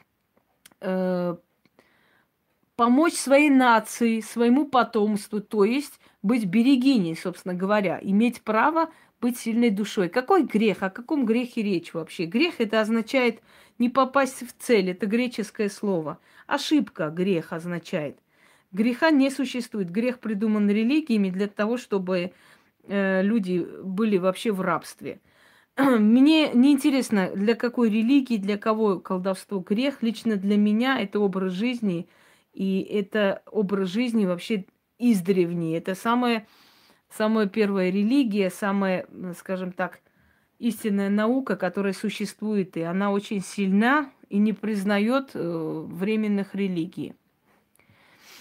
помочь своей нации, своему потомству, то есть быть берегиней, собственно говоря, иметь право быть сильной душой. Какой грех? О каком грехе речь вообще? Грех это означает не попасть в цель, это греческое слово. Ошибка грех означает. Греха не существует. Грех придуман религиями для того, чтобы люди были вообще в рабстве. Мне не интересно, для какой религии, для кого колдовство грех. Лично для меня это образ жизни. И это образ жизни вообще издревле. Это самая первая религия, самая, скажем так, истинная наука, которая существует. И она очень сильна и не признает временных религий.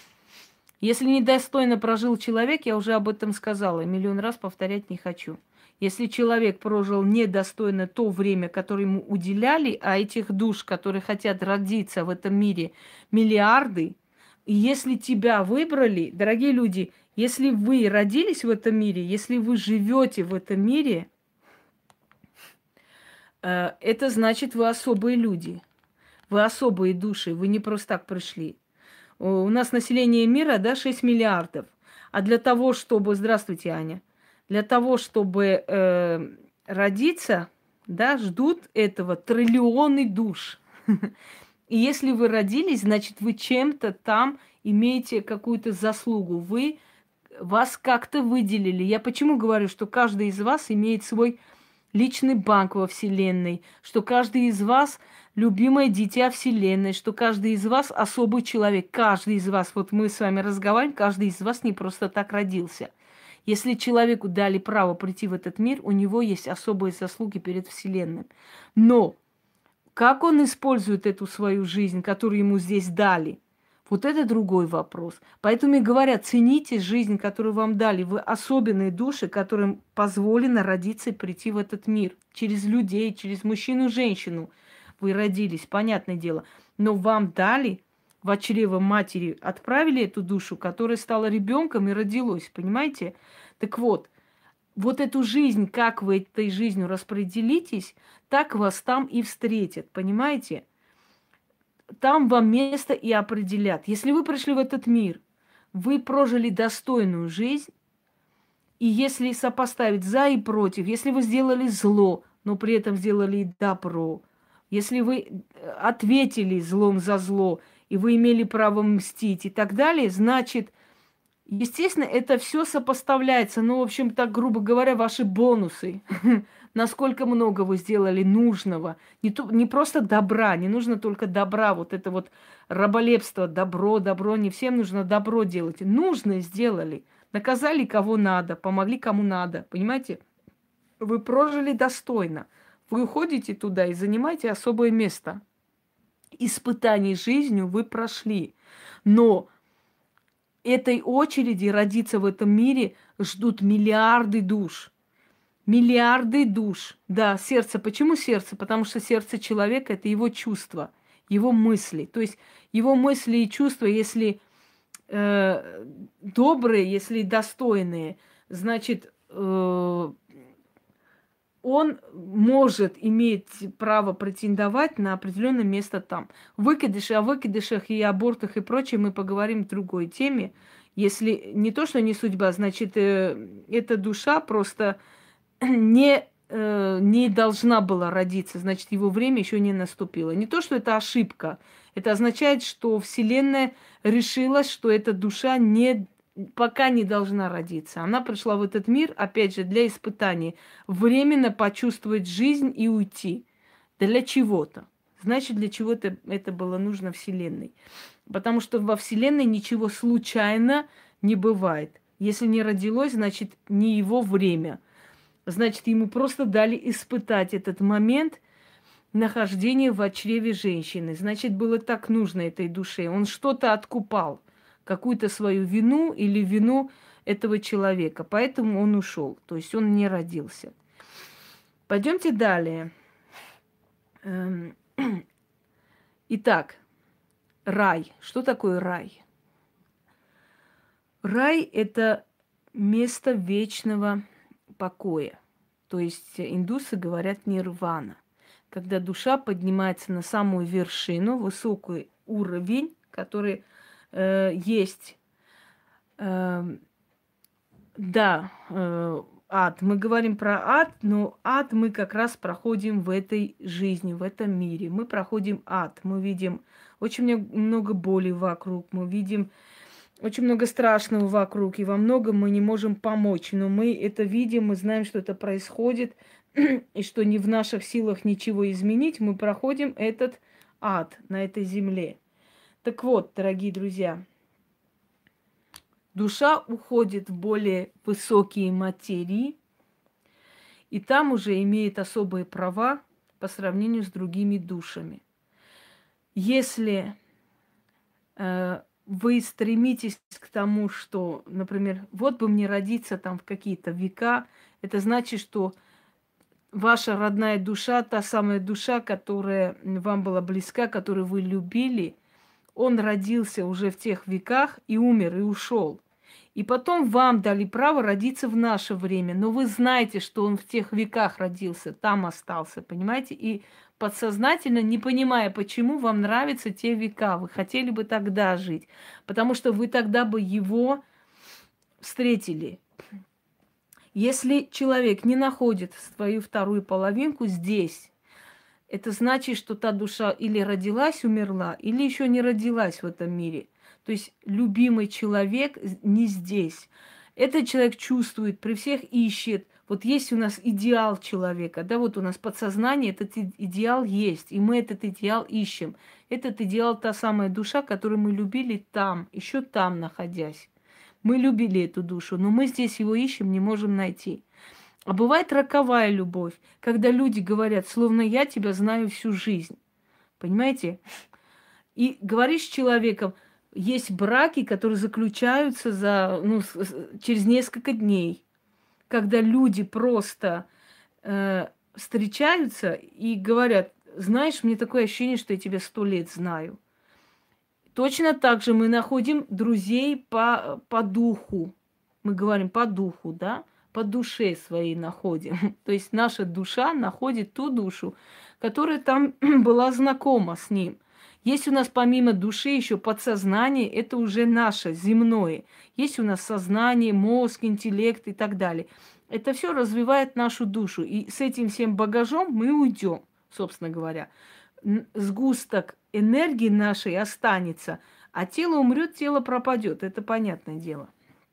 Если недостойно прожил человек, я уже об этом сказала, 1 000 000 раз повторять не хочу. Если человек прожил недостойно то время, которое ему уделяли, а этих душ, которые хотят родиться в этом мире, миллиарды, и если тебя выбрали, дорогие люди, если вы родились в этом мире, если вы живете в этом мире, это значит, вы особые люди, вы особые души, вы не просто так пришли. У нас население мира, да, 6 миллиардов. А для того, чтобы... Здравствуйте, Аня. Для того, чтобы родиться, да, ждут этого триллионы душ. И если вы родились, значит, вы чем-то там имеете какую-то заслугу. Вас как-то выделили. Я почему говорю, что каждый из вас имеет свой личный банк во Вселенной, что каждый из вас любимое дитя Вселенной, что каждый из вас особый человек. Каждый из вас, вот мы с вами разговариваем, каждый из вас не просто так родился. Если человеку дали право прийти в этот мир, у него есть особые заслуги перед Вселенной. Но как он использует эту свою жизнь, которую ему здесь дали, вот это другой вопрос. Поэтому и говорят, цените жизнь, которую вам дали. Вы особенные души, которым позволено родиться и прийти в этот мир. Через людей, через мужчину, женщину вы родились, понятное дело. Но вам дали, в чрево матери отправили эту душу, которая стала ребенком и родилась, понимаете? Так вот, вот эту жизнь, как вы этой жизнью распределитесь, так вас там и встретят, понимаете? Там вам место и определят. Если вы пришли в этот мир, вы прожили достойную жизнь, и если сопоставить за и против, если вы сделали зло, но при этом сделали и добро, если вы ответили злом за зло, и вы имели право мстить и так далее, значит, естественно, это все сопоставляется. Ну, в общем, так, грубо говоря, ваши бонусы. Насколько много вы сделали нужного. Не просто добра, не нужно только добра. Вот это вот раболепство, добро, не всем нужно добро делать. Нужное сделали. Наказали кого надо, помогли кому надо. Понимаете? Вы прожили достойно. Вы уходите туда и занимаете особое место. Испытаний жизнью вы прошли. Но этой очереди родиться в этом мире ждут миллиарды душ. Миллиарды душ. Да, сердце. Почему сердце? Потому что сердце человека – это его чувства, его мысли. То есть его мысли и чувства, если добрые, если достойные, значит, он может иметь право претендовать на определенное место там. Выкидыши, о выкидышах и абортах и прочее мы поговорим в другой теме. Если не то, что не судьба, значит, эта душа просто не должна была родиться, значит, его время еще не наступило. Не то, что это ошибка. Это означает, что Вселенная решила, что эта душа пока не должна родиться. Она пришла в этот мир, опять же, для испытаний. Временно почувствовать жизнь и уйти. Для чего-то. Значит, для чего-то это было нужно Вселенной. Потому что во Вселенной ничего случайно не бывает. Если не родилось, значит, не его время. Значит, ему просто дали испытать этот момент нахождения в чреве женщины. Значит, было так нужно этой душе. Он что-то откупал, какую-то свою вину или вину этого человека. Поэтому он ушел. То есть он не родился. Пойдемте далее. Итак, рай. Что такое рай? Рай – это место вечного покоя. То есть индусы говорят нирвана. Когда душа поднимается на самую вершину, высокий уровень, который есть, ад. Мы говорим про ад, но ад мы как раз проходим в этой жизни, в этом мире. Мы проходим ад. Мы видим очень много боли вокруг, мы видим очень много страшного вокруг, и во многом мы не можем помочь. Но мы это видим, мы знаем, что это происходит, и что не в наших силах ничего изменить. Мы проходим этот ад на этой земле. Так вот, дорогие друзья, душа уходит в более высокие материи, и там уже имеет особые права по сравнению с другими душами. Если вы стремитесь к тому, что, например, вот бы мне родиться там в какие-то века, это значит, что ваша родная душа, та самая душа, которая вам была близка, которую вы любили, он родился уже в тех веках и умер, и ушел. И потом вам дали право родиться в наше время. Но вы знаете, что он в тех веках родился, там остался, понимаете? И подсознательно, не понимая, почему вам нравятся те века, вы хотели бы тогда жить, потому что вы тогда бы его встретили. Если человек не находит свою вторую половинку здесь, это значит, что та душа или родилась, умерла, или еще не родилась в этом мире. То есть любимый человек не здесь. Этот человек чувствует, при всех ищет. Вот есть у нас идеал человека, да, вот у нас подсознание, этот идеал есть, и мы этот идеал ищем. Этот идеал та самая душа, которую мы любили там, еще там находясь. Мы любили эту душу, но мы здесь его ищем, не можем найти. А бывает роковая любовь, когда люди говорят, словно я тебя знаю всю жизнь. Понимаете? И говоришь с человеком, есть браки, которые заключаются через несколько дней, когда люди просто встречаются и говорят, знаешь, мне такое ощущение, что я тебя 100 лет знаю. Точно так же мы находим друзей по духу. Мы говорим по духу, да? По душе своей находим. То есть наша душа находит ту душу, которая там была знакома с ним. Есть у нас помимо души еще подсознание, это уже наше, земное. Есть у нас сознание, мозг, интеллект и так далее. Это все развивает нашу душу. И с этим всем багажом мы уйдем, собственно говоря. Сгусток энергии нашей останется, а тело умрет, тело пропадет. Это понятное дело.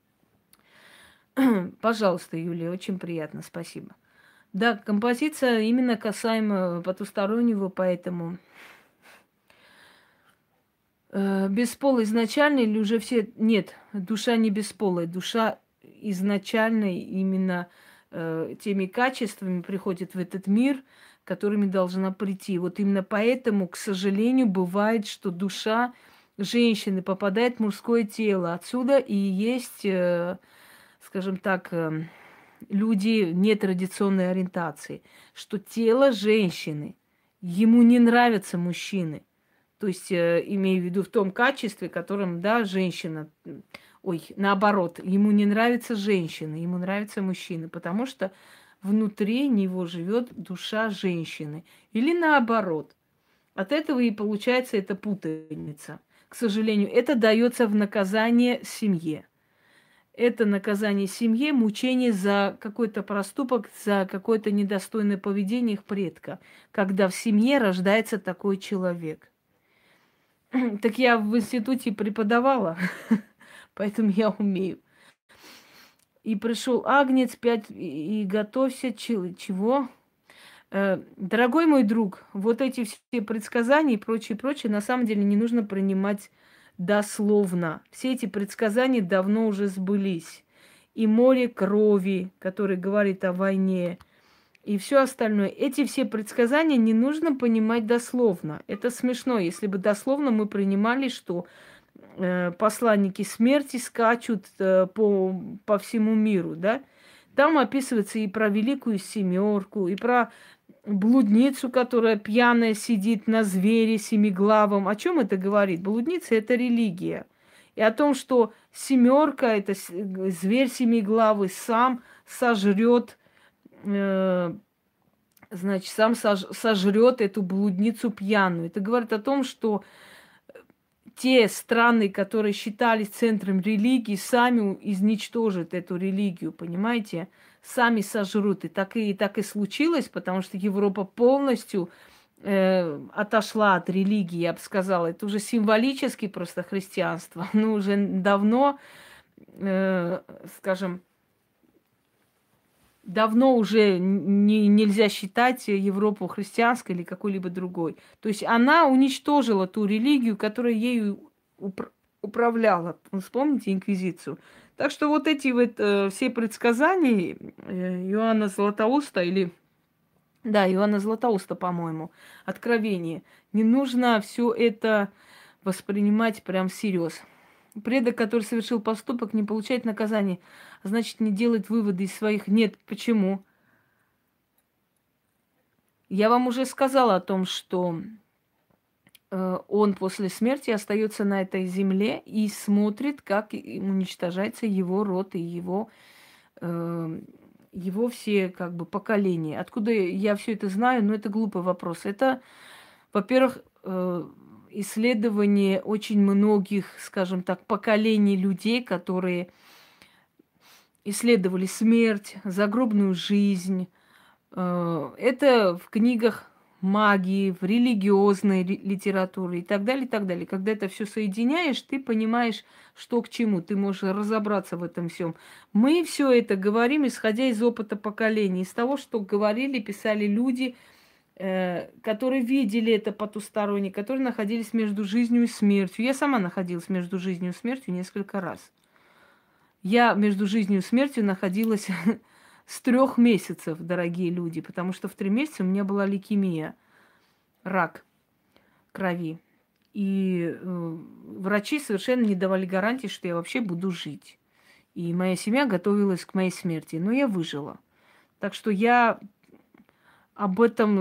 Пожалуйста, Юлия, очень приятно, спасибо. Да, композиция именно касаемо потустороннего, поэтому бесполый изначально или уже все... Нет, душа не бесполая, душа изначально именно теми качествами приходит в этот мир, которыми должна прийти. Вот именно поэтому, к сожалению, бывает, что душа женщины попадает в мужское тело. Отсюда и есть, скажем так, люди нетрадиционной ориентации, что тело женщины, ему не нравятся мужчины. То есть, имею в виду в том качестве, которым, да, женщина, наоборот, ему не нравится женщина, ему нравятся мужчины, потому что внутри него живет душа женщины. Или наоборот. От этого и получается эта путаница. К сожалению, это дается в наказание семье. Это наказание семье, мучение за какой-то проступок, за какое-то недостойное поведение их предка, когда в семье рождается такой человек. Так я в институте преподавала, поэтому я умею. И пришел агнец, 5, и готовься, чего? Дорогой мой друг, вот эти все предсказания и прочее, на самом деле не нужно принимать дословно. Все эти предсказания давно уже сбылись. И море крови, который говорит о войне, и все остальное. Эти все предсказания не нужно понимать дословно. Это смешно, если бы дословно мы принимали, что посланники смерти скачут по всему миру, да? Там описывается и про Великую Семерку, и про блудницу, которая пьяная сидит на звере семиглавом. О чем это говорит? Блудница – это религия. И о том, что семерка – это зверь семиглавый, сам сожрет, значит, сам сожрет эту блудницу пьяную. Это говорит о том, что те страны, которые считались центром религии, сами изничтожат эту религию, понимаете? Сами сожрут. И так и случилось, потому что Европа полностью отошла от религии, я бы сказала. Это уже символически просто христианство. Ну, уже давно, скажем, давно уже нельзя считать Европу христианской или какой-либо другой. То есть она уничтожила ту религию, которая ею управляла. Вспомните инквизицию. Так что вот эти вот все предсказания Иоанна Златоуста или... Да, Иоанна Златоуста, по-моему, откровение. Не нужно все это воспринимать прям всерьез. Предок, который совершил поступок, не получает наказание, а значит, не делает выводы из своих. Нет, почему? Я вам уже сказала о том, что он после смерти остается на этой земле и смотрит, как уничтожается его род и э, его все как бы поколения. Откуда я все это знаю? Ну, это глупый вопрос. Это, во-первых, исследование очень многих, скажем так, поколений людей, которые исследовали смерть, загробную жизнь. Это в книгах магии, в религиозной литературе и так далее, и так далее. Когда это все соединяешь, ты понимаешь, что к чему. Ты можешь разобраться в этом всем. Мы все это говорим, исходя из опыта поколений, из того, что говорили, писали люди, которые видели это потусторонне, которые находились между жизнью и смертью. Я сама находилась между жизнью и смертью несколько раз. Я между жизнью и смертью находилась с 3 месяцев, дорогие люди, потому что в 3 месяца у меня была лейкемия, рак крови. И врачи совершенно не давали гарантии, что я вообще буду жить. И моя семья готовилась к моей смерти, но я выжила. Так что я об этом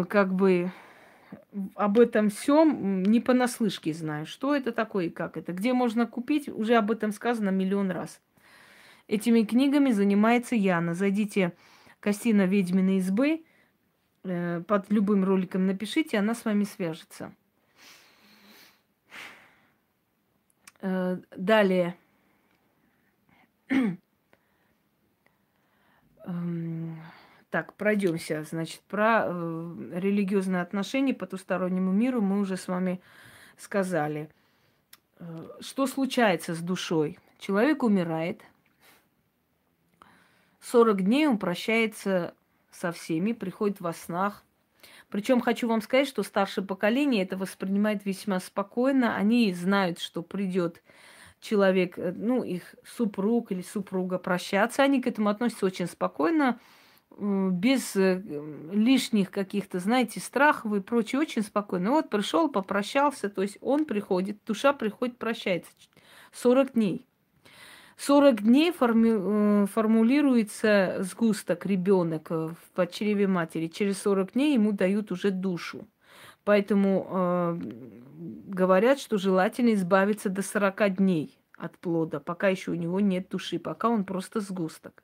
об этом всем не понаслышке знаю. Что это такое и как это? Где можно купить? Уже об этом сказано миллион раз. Этими книгами занимается Яна. Зайдите Костина Ведьминой избы, под любым роликом напишите, она с вами свяжется. Далее. Так, пройдемся. Значит, про религиозные отношения к потустороннему миру мы уже с вами сказали. Что случается с душой? Человек умирает. 40 дней он прощается со всеми, приходит во снах. Причем хочу вам сказать, что старшее поколение это воспринимает весьма спокойно. Они знают, что придет человек, ну, их супруг или супруга прощаться. Они к этому относятся очень спокойно, без лишних каких-то, знаете, страхов и прочее, очень спокойно. Вот пришел, попрощался, то есть он приходит, душа приходит, прощается. 40 дней. 40 дней формулируется сгусток, ребенок в чреве матери. Через 40 дней ему дают уже душу. Поэтому говорят, что желательно избавиться до 40 дней от плода, пока еще у него нет души, пока он просто сгусток.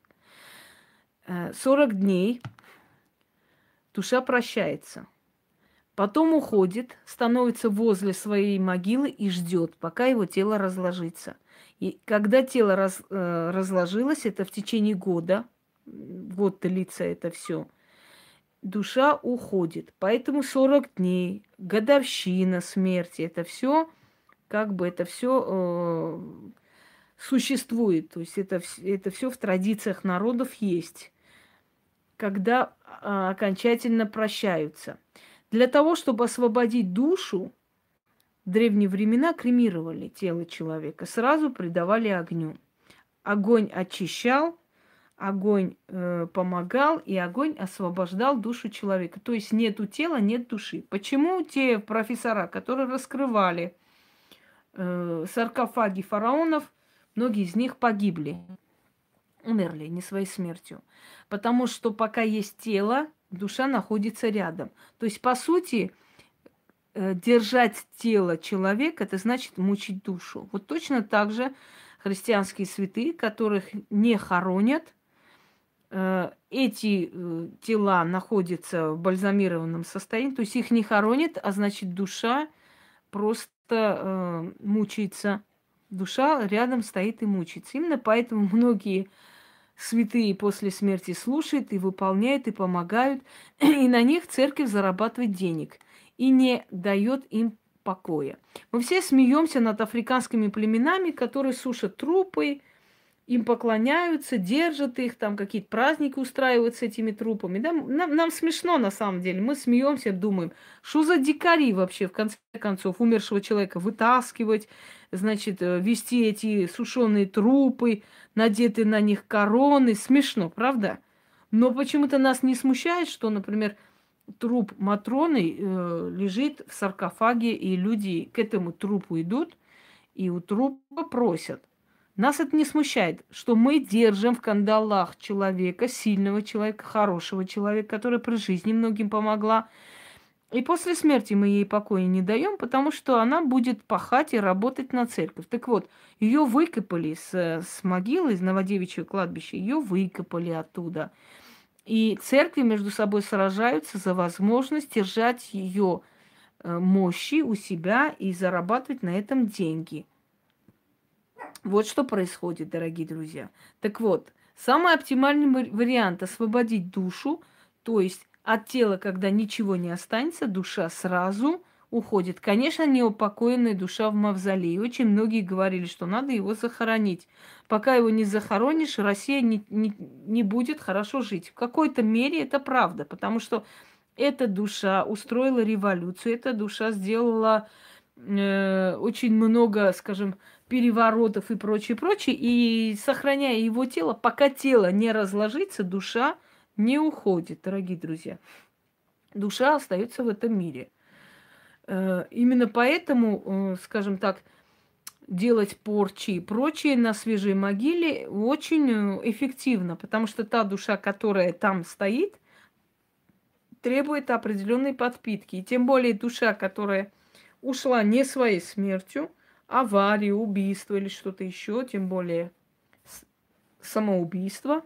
40 дней душа прощается. Потом уходит, становится возле своей могилы и ждет, пока его тело разложится. И когда тело разложилось, это в течение года, год длится это все, душа уходит. Поэтому 40 дней, годовщина смерти, это все, как бы это все существует. То есть это все в традициях народов есть, когда окончательно прощаются. Для того, чтобы освободить душу, в древние времена кремировали тело человека, сразу придавали огню. Огонь очищал, огонь помогал, и огонь освобождал душу человека. То есть нету тела, нет души. Почему те профессора, которые раскрывали саркофаги фараонов, многие из них погибли, умерли не своей смертью? Потому что пока есть тело, душа находится рядом. То есть, по сути, держать тело человека, это значит мучить душу. Вот точно так же христианские святые, которых не хоронят, эти тела находятся в бальзамированном состоянии, то есть их не хоронят, а значит душа просто мучается. Душа рядом стоит и мучается. Именно поэтому многие святые после смерти слушают и выполняют, и помогают, и на них церковь зарабатывает денег и не дает им покоя. Мы все смеемся над африканскими племенами, которые сушат трупы, им поклоняются, держат их, там какие-то праздники устраивают с этими трупами. Да? Нам смешно на самом деле. Мы смеемся, думаем, что за дикари вообще, в конце концов, умершего человека вытаскивать, значит, вести эти сушеные трупы, надеты на них короны. Смешно, правда? Но почему-то нас не смущает, что, например, труп Матроны лежит в саркофаге, и люди к этому трупу идут и у трупа просят. Нас это не смущает, что мы держим в кандалах человека, сильного человека, хорошего человека, который при жизни многим помогла. И после смерти мы ей покоя не даем, потому что она будет пахать и работать на церковь. Так вот, ее выкопали с могилы, из Новодевичьего кладбища, ее выкопали оттуда. И церкви между собой сражаются за возможность держать ее мощи у себя и зарабатывать на этом деньги. Вот что происходит, дорогие друзья. Так вот, самый оптимальный вариант освободить душу, то есть от тела, когда ничего не останется, душа сразу уходит. Конечно, неупокоенная душа в мавзолее. Очень многие говорили, что надо его захоронить. Пока его не захоронишь, Россия не будет хорошо жить. В какой-то мере это правда, потому что эта душа устроила революцию, эта душа сделала очень много, скажем, переворотов и прочее, прочее. И сохраняя его тело, пока тело не разложится, душа не уходит, дорогие друзья. Душа остается в этом мире. Именно поэтому, скажем так, делать порчи и прочее на свежей могиле очень эффективно, потому что та душа, которая там стоит, требует определенной подпитки. И тем более душа, которая ушла не своей смертью, авария, убийство или что-то еще, тем более самоубийство.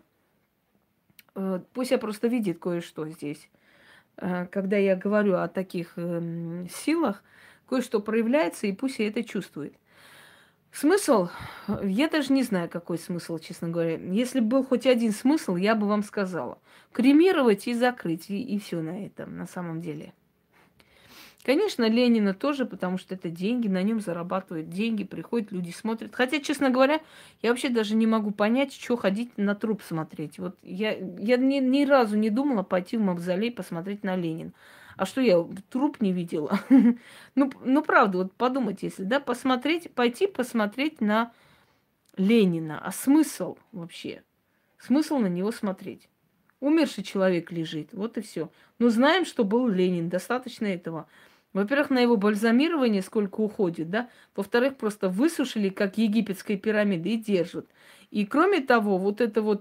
Пусть я просто видит кое-что здесь. Когда я говорю о таких силах, кое-что проявляется, и пусть я это чувствует. Смысл? Я даже не знаю, какой смысл, честно говоря. Если бы был хоть один смысл, я бы вам сказала. Кремировать и закрыть, и все на этом, на самом деле. Конечно, Ленина тоже, потому что это деньги, на нем зарабатывают деньги, приходят люди, смотрят. Хотя, честно говоря, я вообще даже не могу понять, что ходить на труп смотреть. Вот я ни разу не думала пойти в мавзолей посмотреть на Ленина. А что, я труп не видела? Ну, правда, вот подумать, если, да, пойти посмотреть на Ленина. А смысл вообще? Смысл на него смотреть? Умерший человек лежит, вот и все. Но знаем, что был Ленин, достаточно этого. Во-первых, на его бальзамирование сколько уходит, да? Во-вторых, просто высушили, как египетской пирамиды, и держат. И кроме того, вот это вот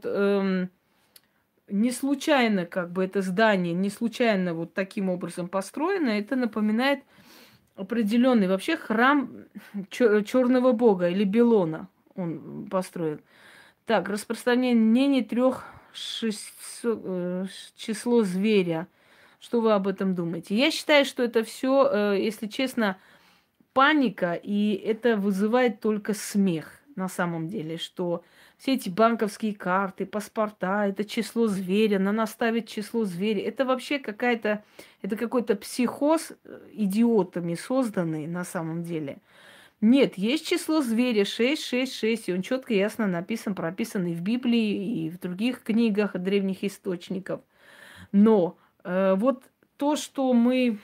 не случайно, как бы это здание, не случайно вот таким образом построено, это напоминает определенный вообще храм черного бога или Белона он построил. Так, распространение мнений число зверя. Что вы об этом думаете? Я считаю, что это все, если честно, паника, и это вызывает только смех на самом деле, что все эти банковские карты, паспорта, это число зверя, на нас ставит число зверя. Это вообще это какой-то психоз идиотами созданный на самом деле. Нет, есть число зверя 666, и он четко и ясно написан, прописан и в Библии, и в других книгах древних источников. Но вот то, что мы,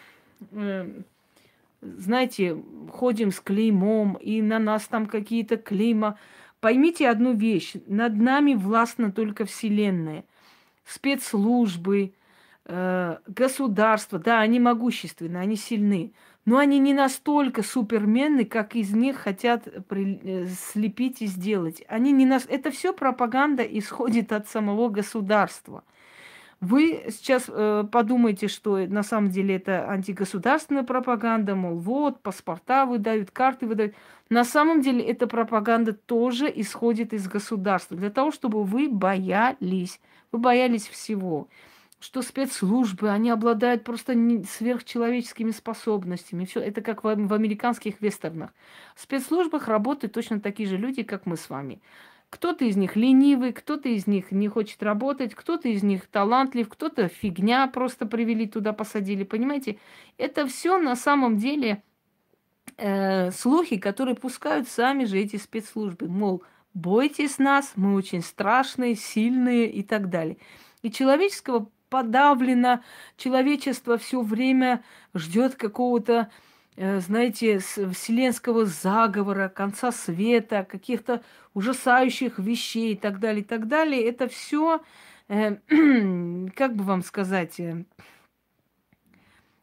знаете, ходим с клеймом, и на нас там какие-то клейма. Поймите одну вещь. Над нами властна только Вселенная. Спецслужбы, государства, да, они могущественны, они сильны. Но они не настолько суперменны, как из них хотят слепить и сделать. Они не нас... Это все пропаганда исходит от самого государства. Вы сейчас подумаете, что на самом деле это антигосударственная пропаганда, мол, вот, паспорта выдают, карты выдают. На самом деле эта пропаганда тоже исходит из государства, для того, чтобы вы боялись всего. Что спецслужбы, они обладают просто сверхчеловеческими способностями. Все это как в американских вестернах. В спецслужбах работают точно такие же люди, как мы с вами. Кто-то из них ленивый, кто-то из них не хочет работать, кто-то из них талантлив, кто-то фигня просто привели туда, посадили. Понимаете, это все на самом деле слухи, которые пускают сами же эти спецслужбы. Мол, бойтесь нас, мы очень страшные, сильные и так далее. И человеческого подавлено, человечество все время ждет какого-то, знаете, вселенского заговора, конца света, каких-то ужасающих вещей и так далее, и так далее. Это все, как бы вам сказать,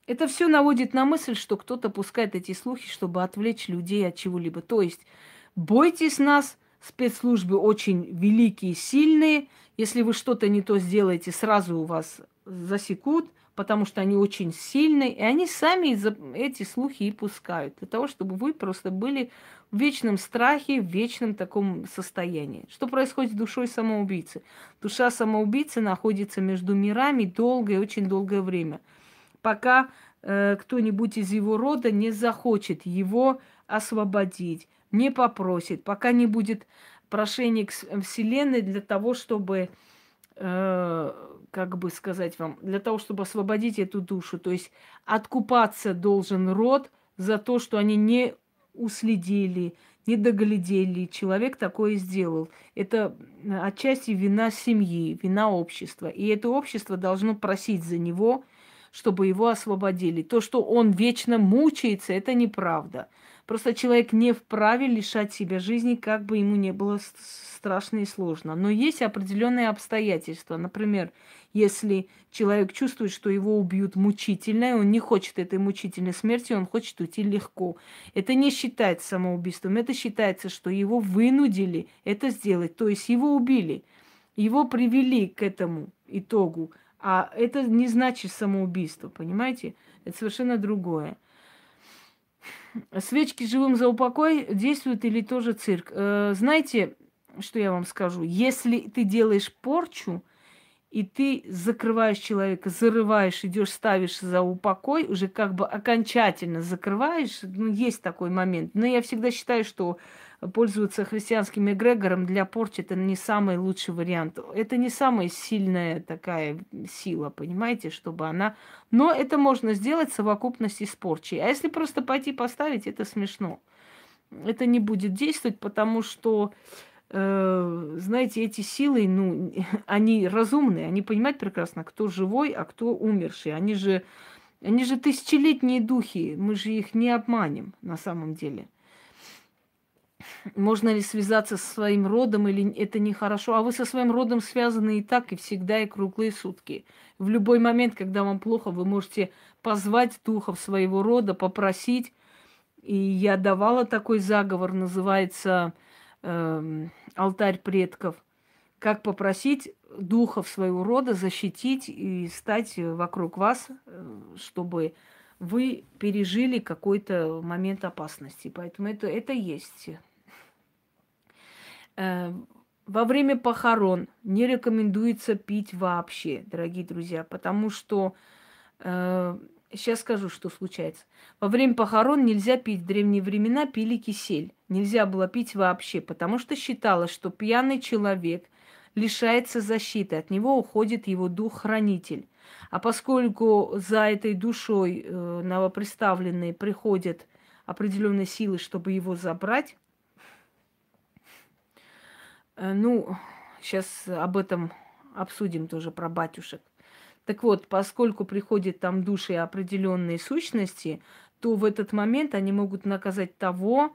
Это все наводит на мысль, что кто-то пускает эти слухи, чтобы отвлечь людей от чего-либо. То есть бойтесь нас, спецслужбы очень великие, сильные. Если вы что-то не то сделаете, сразу у вас засекут, потому что они очень сильные, и они сами эти слухи и пускают, для того, чтобы вы просто были в вечном страхе, в вечном таком состоянии. Что происходит с душой самоубийцы? Душа самоубийцы находится между мирами долгое, очень долгое время, пока кто-нибудь из его рода не захочет его освободить, не попросит, пока не будет прошения к Вселенной для того, чтобы, как бы сказать вам, для того, чтобы освободить эту душу. То есть откупаться должен род за то, что они не уследили, не доглядели. Человек такое сделал. Это отчасти вина семьи, вина общества. И это общество должно просить за него, чтобы его освободили. То, что он вечно мучается, это неправда. Просто человек не вправе лишать себя жизни, как бы ему не было страшно и сложно. Но есть определенные обстоятельства. Например, если человек чувствует, что его убьют мучительно, и он не хочет этой мучительной смерти, он хочет уйти легко. Это не считается самоубийством, это считается, что его вынудили это сделать. То есть его убили, его привели к этому итогу. А это не значит самоубийство, понимаете? Это совершенно другое. Свечки живым за упокой действуют или тоже цирк? Знаете, что я вам скажу? Если ты делаешь порчу, и ты закрываешь человека, зарываешь, идешь, ставишь за упокой, уже как бы окончательно закрываешь, ну, есть такой момент. Но я всегда считаю, что пользоваться христианским эгрегором для порчи – это не самый лучший вариант. Это не самая сильная такая сила, понимаете, чтобы она… Но это можно сделать в совокупности с порчей. А если просто пойти поставить, это смешно. Это не будет действовать, потому что знаете, эти силы, ну, они разумные, они понимают прекрасно, кто живой, а кто умерший. Они же тысячелетние духи, мы же их не обманем на самом деле. Можно ли связаться со своим родом, или это нехорошо? А вы со своим родом связаны и так, и всегда, и круглые сутки. В любой момент, когда вам плохо, вы можете позвать духов своего рода, попросить. И я давала такой заговор, называется алтарь предков. Как попросить духов своего рода защитить и стать вокруг вас, чтобы вы пережили какой-то момент опасности. Поэтому это есть. Во время похорон не рекомендуется пить вообще, дорогие друзья, потому что сейчас скажу, что случается. Во время похорон нельзя пить. В древние времена пили кисель. Нельзя было пить вообще, потому что считалось, что пьяный человек лишается защиты, от него уходит его дух-хранитель. А поскольку за этой душой новоприставленные приходят определенные силы, чтобы его забрать, ну, сейчас об этом обсудим тоже, про батюшек. Так вот, поскольку приходят там души определенные сущности, то в этот момент они могут наказать того,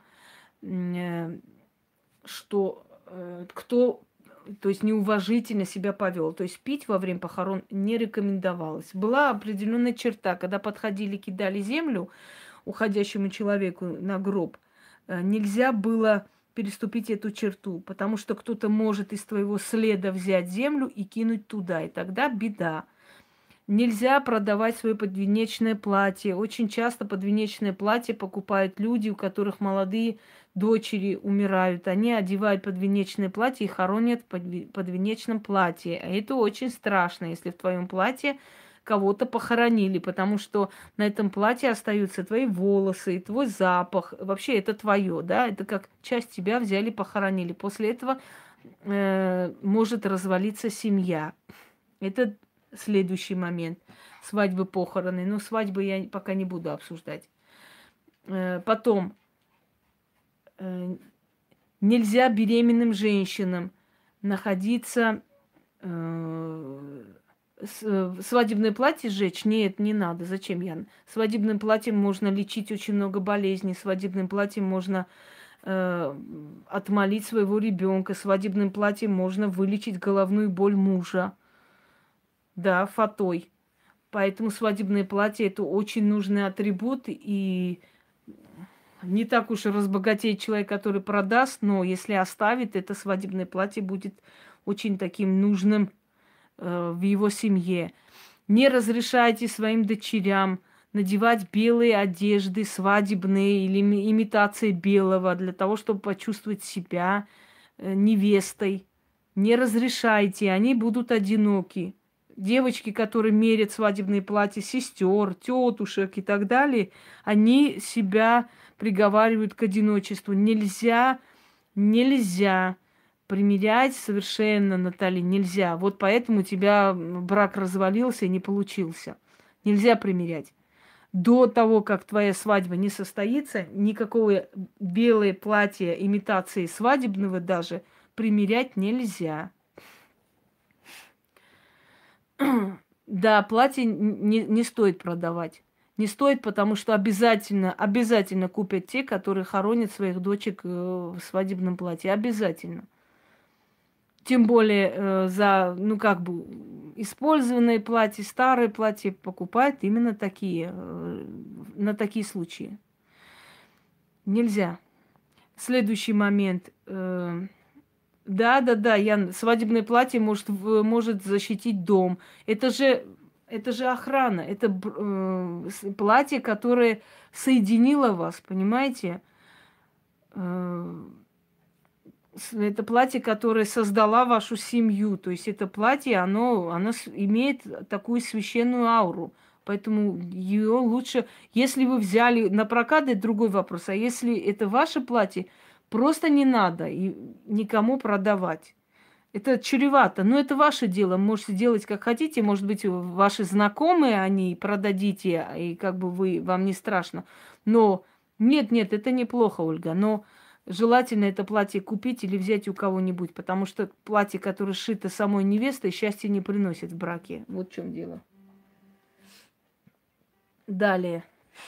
что кто, то есть неуважительно себя повел. То есть пить во время похорон не рекомендовалось. Была определенная черта, когда подходили, кидали землю уходящему человеку на гроб, нельзя было переступить эту черту, потому что кто-то может из твоего следа взять землю и кинуть туда, и тогда беда. Нельзя продавать свое подвенечное платье. Очень часто подвенечное платье покупают люди, у которых молодые дочери умирают. Они одевают подвенечное платье и хоронят в подвенечном платье. А это очень страшно, если в твоем платье кого-то похоронили, потому что на этом платье остаются твои волосы, твой запах. Вообще это твое, да? Это как часть тебя взяли, похоронили. После этого может развалиться семья. Это следующий момент. Свадьбы, похороны. Но свадьбы я пока не буду обсуждать. Потом. Нельзя беременным женщинам находиться... Свадебное платье сжечь? Нет, не надо. Зачем, Ян? Свадебным платьем можно лечить очень много болезней. Свадебным платьем можно отмолить своего ребенка. Свадебным платьем можно вылечить головную боль мужа. Да, фатой. Поэтому свадебное платье – это очень нужный атрибут, и не так уж и разбогатеет человек, который продаст, но если оставит, это свадебное платье будет очень таким нужным в его семье. Не разрешайте своим дочерям надевать белые одежды, свадебные или имитации белого, для того, чтобы почувствовать себя невестой. Не разрешайте, они будут одиноки. Девочки, которые мерят свадебные платья сестер, тетушек и так далее, они себя приговаривают к одиночеству. Нельзя примерять совершенно, Наталья, нельзя. Вот поэтому у тебя брак развалился и не получился. Нельзя примерять. До того, как твоя свадьба не состоится, никакого белое платье имитации свадебного даже примерять нельзя. Да, платье не стоит продавать. Не стоит, потому что обязательно купят те, которые хоронят своих дочек в свадебном платье. Обязательно. Тем более за, использованные платья, старые платья покупают именно такие, на такие случаи. Нельзя. Следующий момент. Да, свадебное платье может защитить дом. Это же охрана. Это платье, которое соединило вас, понимаете? Это платье, которое создала вашу семью. То есть это платье, оно имеет такую священную ауру. Поэтому ее лучше... Если вы взяли на прокат, это другой вопрос. А если это ваше платье, просто не надо и никому продавать. Это чревато. Но это ваше дело. Можете делать как хотите. Может быть, ваши знакомые, они продадите, и вам не страшно. Но нет, это неплохо, Ольга. Но желательно это платье купить или взять у кого-нибудь, потому что платье, которое сшито самой невестой, счастья не приносит в браке. Вот в чем дело. Далее.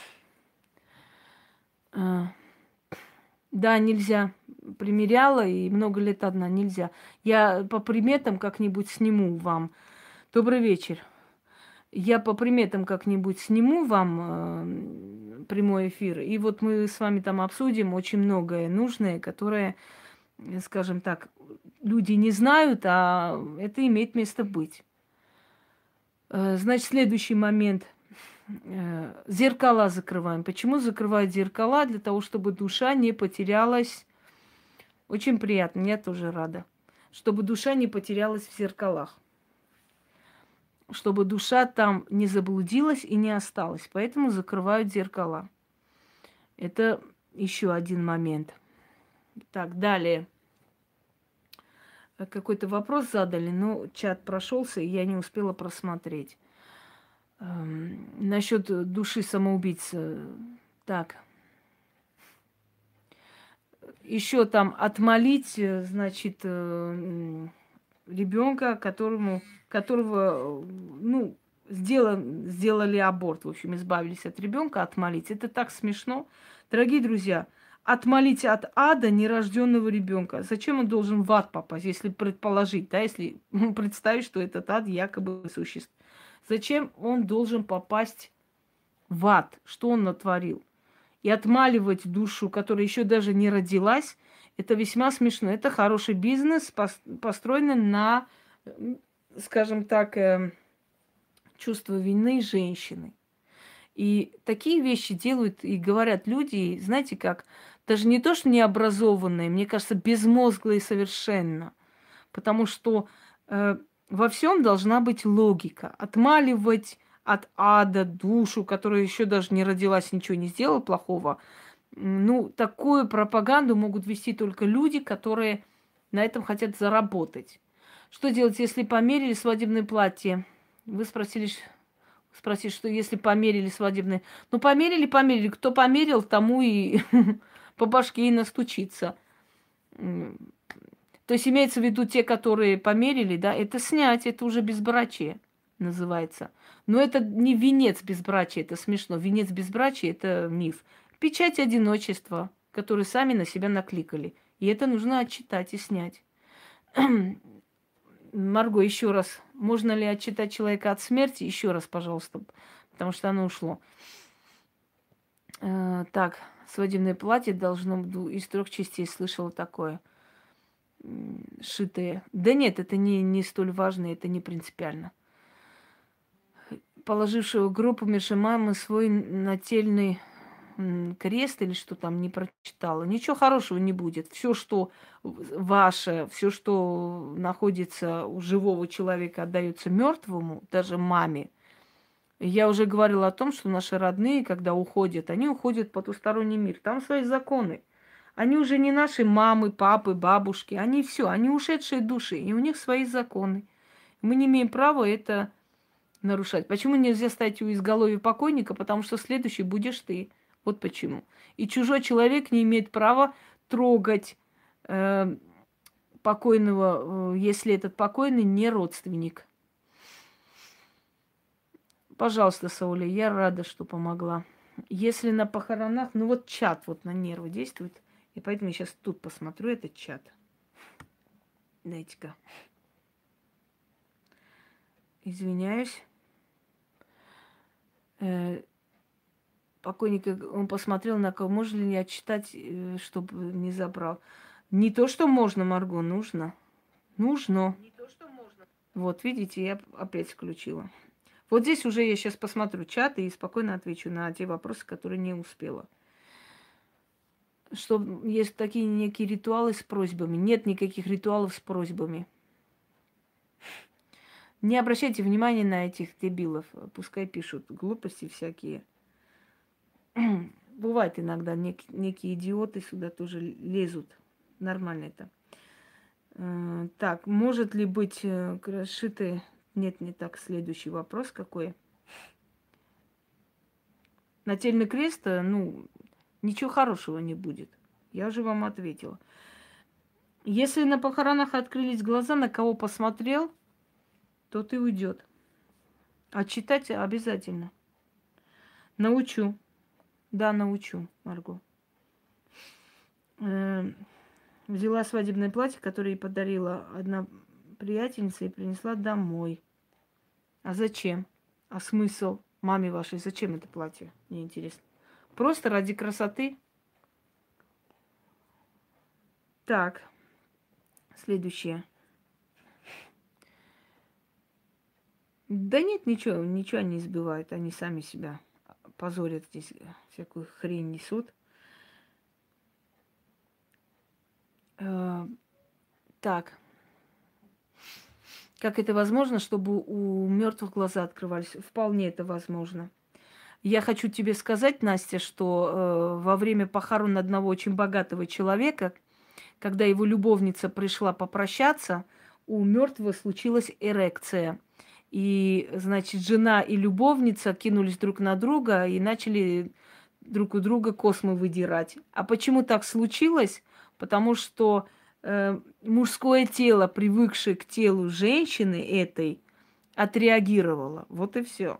Да, нельзя. Примеряла и много лет одна. Нельзя. Я по приметам как-нибудь сниму вам. Добрый вечер. Я по приметам как-нибудь сниму вам прямой эфир. И вот мы с вами там обсудим очень многое нужное, которое, скажем так, люди не знают, а это имеет место быть. Значит, следующий момент. Зеркала закрываем. Почему закрывают зеркала? Для того, чтобы душа не потерялась. Очень приятно, я тоже рада. Чтобы душа не потерялась в зеркалах. Чтобы душа там не заблудилась и не осталась. Поэтому закрывают зеркала. Это еще один момент. Так, далее. Какой-то вопрос задали, но чат прошелся, и я не успела просмотреть. Насчет души самоубийцы. Так. Еще там отмолить, значит, ребенка, которого сделали аборт, в общем, избавились от ребенка, отмолить. Это так смешно. Дорогие друзья, отмолить от ада нерожденного ребенка. Зачем он должен в ад попасть, если предположить, да, если представить, что этот ад якобы существует? Зачем он должен попасть в ад? Что он натворил? И отмаливать душу, которая еще даже не родилась, это весьма смешно. Это хороший бизнес, построенный на, скажем так, чувство вины женщины. И такие вещи делают и говорят люди, знаете как, даже не то, что необразованные, мне кажется, безмозглые совершенно. Потому что во всем должна быть логика. Отмаливать от ада душу, которая еще даже не родилась, ничего не сделала плохого. Ну, такую пропаганду могут вести только люди, которые на этом хотят заработать. Что делать, если померили свадебное платье? Вы спросили, что если померили свадебное... Ну, померили. Кто померил, тому и по башке и настучится. То есть имеется в виду те, которые померили, да, это снять, это уже безбрачие называется. Но это не венец безбрачия, это смешно. Венец безбрачия – это миф. Печать одиночества, которую сами на себя накликали. И это нужно отчитать и снять. Марго, еще раз. Можно ли отчитать человека от смерти? Еще раз, пожалуйста, потому что оно ушло. Так, свадебное платье должно быть из 3 частей. Слышала такое. Шитые. Да нет, это не столь важно, это не принципиально. Положившего гроб умершей мамы свой нательный крест или что там, не прочитала. Ничего хорошего не будет. Все, что ваше, все, что находится у живого человека, отдается мертвому, даже маме. Я уже говорила о том, что наши родные, когда уходят, они уходят в потусторонний мир. Там свои законы. Они уже не наши мамы, папы, бабушки. Они все, они ушедшие души, и у них свои законы. Мы не имеем права это нарушать. Почему нельзя стать у изголовья покойника? Потому что следующий будешь ты. Вот почему. И чужой человек не имеет права трогать покойного, если этот покойный не родственник. Пожалуйста, Сауля, я рада, что помогла. Если на похоронах, ну вот чат вот на нервы действует, и поэтому я сейчас тут посмотрю этот чат. Дайте-ка. Извиняюсь. Покойник, он посмотрел на кого, можно ли отчитать, чтобы не забрал. Не то, что можно, Марго, нужно. Нужно. Не то, что можно. Вот, видите, я опять включила. Вот здесь уже я сейчас посмотрю чат и спокойно отвечу на те вопросы, которые не успела. Что есть такие некие ритуалы с просьбами. Нет никаких ритуалов с просьбами. Не обращайте внимания на этих дебилов. Пускай пишут глупости всякие. Бывает иногда некие идиоты сюда тоже лезут. Нормально это. Так, может ли быть расшитые... Нет, не так. Следующий вопрос какой? Нательный крест, ну, ничего хорошего не будет. Я же вам ответила. Если на похоронах открылись глаза, на кого посмотрел, тот и уйдет. А читать обязательно. Научу. Да, научу, Марго. Взяла свадебное платье, которое ей подарила одна приятельница, и принесла домой. А зачем? А смысл маме вашей? Зачем это платье? Мне интересно. Просто ради красоты? Так. Следующее. Да нет, ничего они избивают. Они сами себя позорят здесь, всякую хрень несут. Так. Как это возможно, чтобы у мертвых глаза открывались? Вполне это возможно. Я хочу тебе сказать, Настя, что во время похорон одного очень богатого человека, когда его любовница пришла попрощаться, у мертвого случилась эрекция. И, значит, жена и любовница кинулись друг на друга и начали друг у друга космы выдирать. А почему так случилось? Потому что мужское тело, привыкшее к телу женщины этой, отреагировало. Вот и все.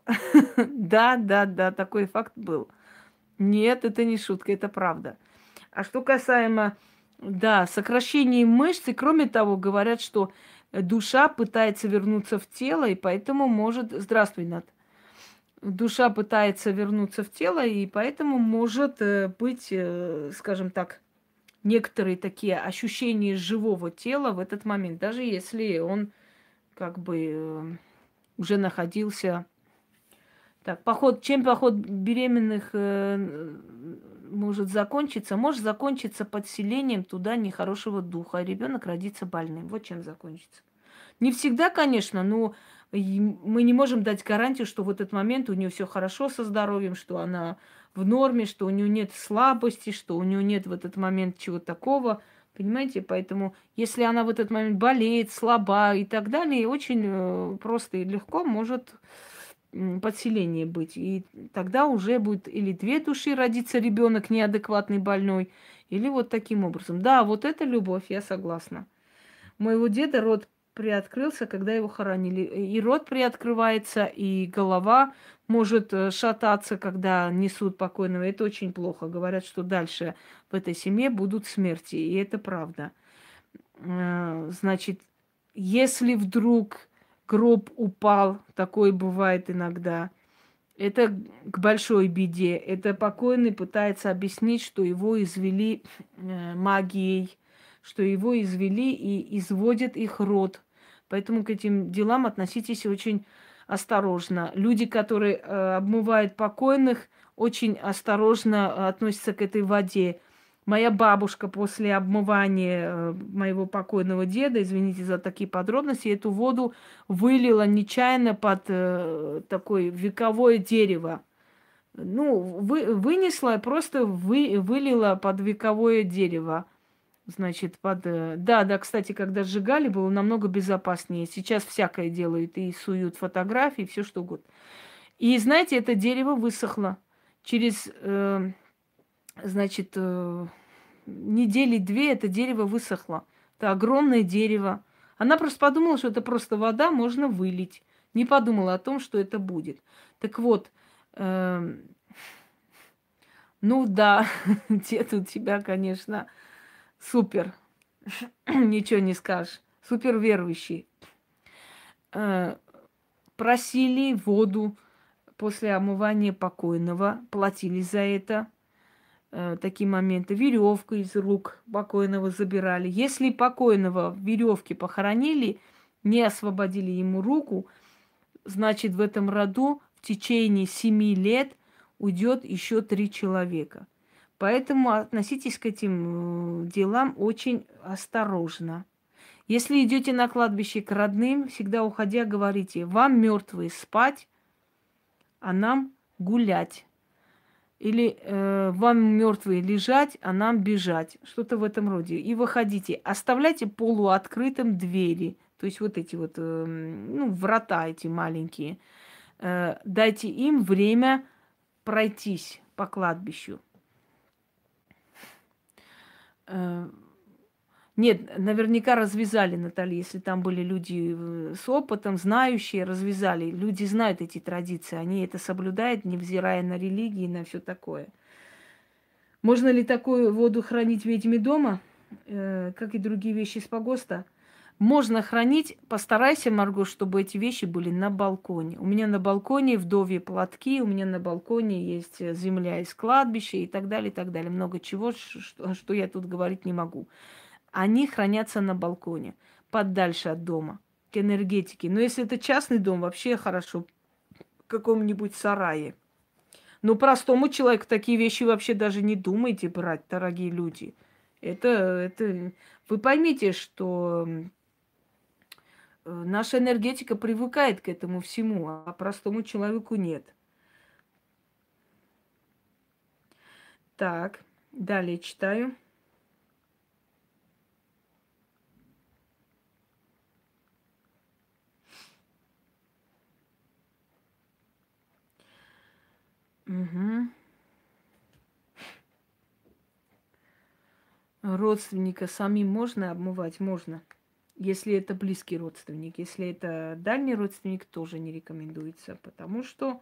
Да, такой факт был. Нет, это не шутка, это правда. А что касаемо, да, сокращения мышц, и кроме того, говорят, что душа пытается вернуться в тело, и поэтому может... Здравствуй, Над. Душа пытается вернуться в тело, и поэтому может быть, скажем так, некоторые такие ощущения живого тела в этот момент, даже если он как бы уже находился. Так, чем поход беременных может закончиться? Может закончиться подселением туда нехорошего духа, а ребенок родится больным. Вот чем закончится. Не всегда, конечно, но мы не можем дать гарантию, что в этот момент у нее все хорошо со здоровьем, что она в норме, что у нее нет слабости, что у нее нет в этот момент чего такого. Понимаете? Поэтому, если она в этот момент болеет, слаба и так далее, очень просто и легко может подселение быть. И тогда уже будет или 2 души родиться ребенок неадекватный, больной, или вот таким образом. Да, вот это любовь, я согласна. У моего деда рот приоткрылся, когда его хоронили. И рот приоткрывается, и голова может шататься, когда несут покойного. Это очень плохо. Говорят, что дальше в этой семье будут смерти. И это правда. Значит, Если вдруг гроб упал, такое бывает иногда, это к большой беде. Это покойный пытается объяснить, что его извели магией, что его извели и изводят их род. Поэтому к этим делам относитесь очень осторожно. Люди, которые обмывают покойных, очень осторожно относятся к этой воде. Моя бабушка после обмывания моего покойного деда, извините за такие подробности, эту воду вылила нечаянно под такое вековое дерево. Ну, вынесла, просто вылила под вековое дерево. Значит, Да, да, кстати, когда сжигали, было намного безопаснее. Сейчас всякое делают и суют фотографии, все что угодно. И, знаете, это дерево высохло. Через, значит, недели две это дерево высохло. Это огромное дерево. Она просто подумала, что это просто вода, можно вылить. Не подумала о том, что это будет. Так вот, ну да, дед у тебя, конечно, супер. Ничего не скажешь. Супер верующий. Просили воду после омывания покойного, платили за это. Такие моменты. Веревку из рук покойного забирали. Если покойного в веревке похоронили, не освободили ему руку, значит, в этом роду в течение 7 лет уйдет еще 3 человека. Поэтому относитесь к этим делам очень осторожно. Если идете на кладбище к родным, всегда уходя, говорите: вам мертвые спать, а нам гулять. Или вам мертвые лежать, а нам бежать. Что-то в этом роде. И выходите. Оставляйте полуоткрытым двери. То есть вот эти вот, ну, врата эти маленькие. Дайте им время пройтись по кладбищу. Нет, наверняка развязали, Наталья, если там были люди с опытом, знающие, развязали. Люди знают эти традиции, они это соблюдают, невзирая на религии и на все такое. Можно ли такую воду хранить ведьме дома, как и другие вещи из погоста? Можно хранить, постарайся, Марго, чтобы эти вещи были на балконе. У меня на балконе вдовьи платки, у меня на балконе есть земля из кладбища и так далее, и так далее. Много чего, что я тут говорить не могу. Они хранятся на балконе, подальше от дома, к энергетике. Но если это частный дом, вообще хорошо, в каком-нибудь сарае. Но простому человеку такие вещи вообще даже не думайте брать, дорогие люди. Это... Вы поймите, что наша энергетика привыкает к этому всему, а простому человеку нет. Так, далее читаю. Угу. Родственника самим можно обмывать? Можно. Если это близкий родственник. Если это дальний родственник, тоже не рекомендуется, потому что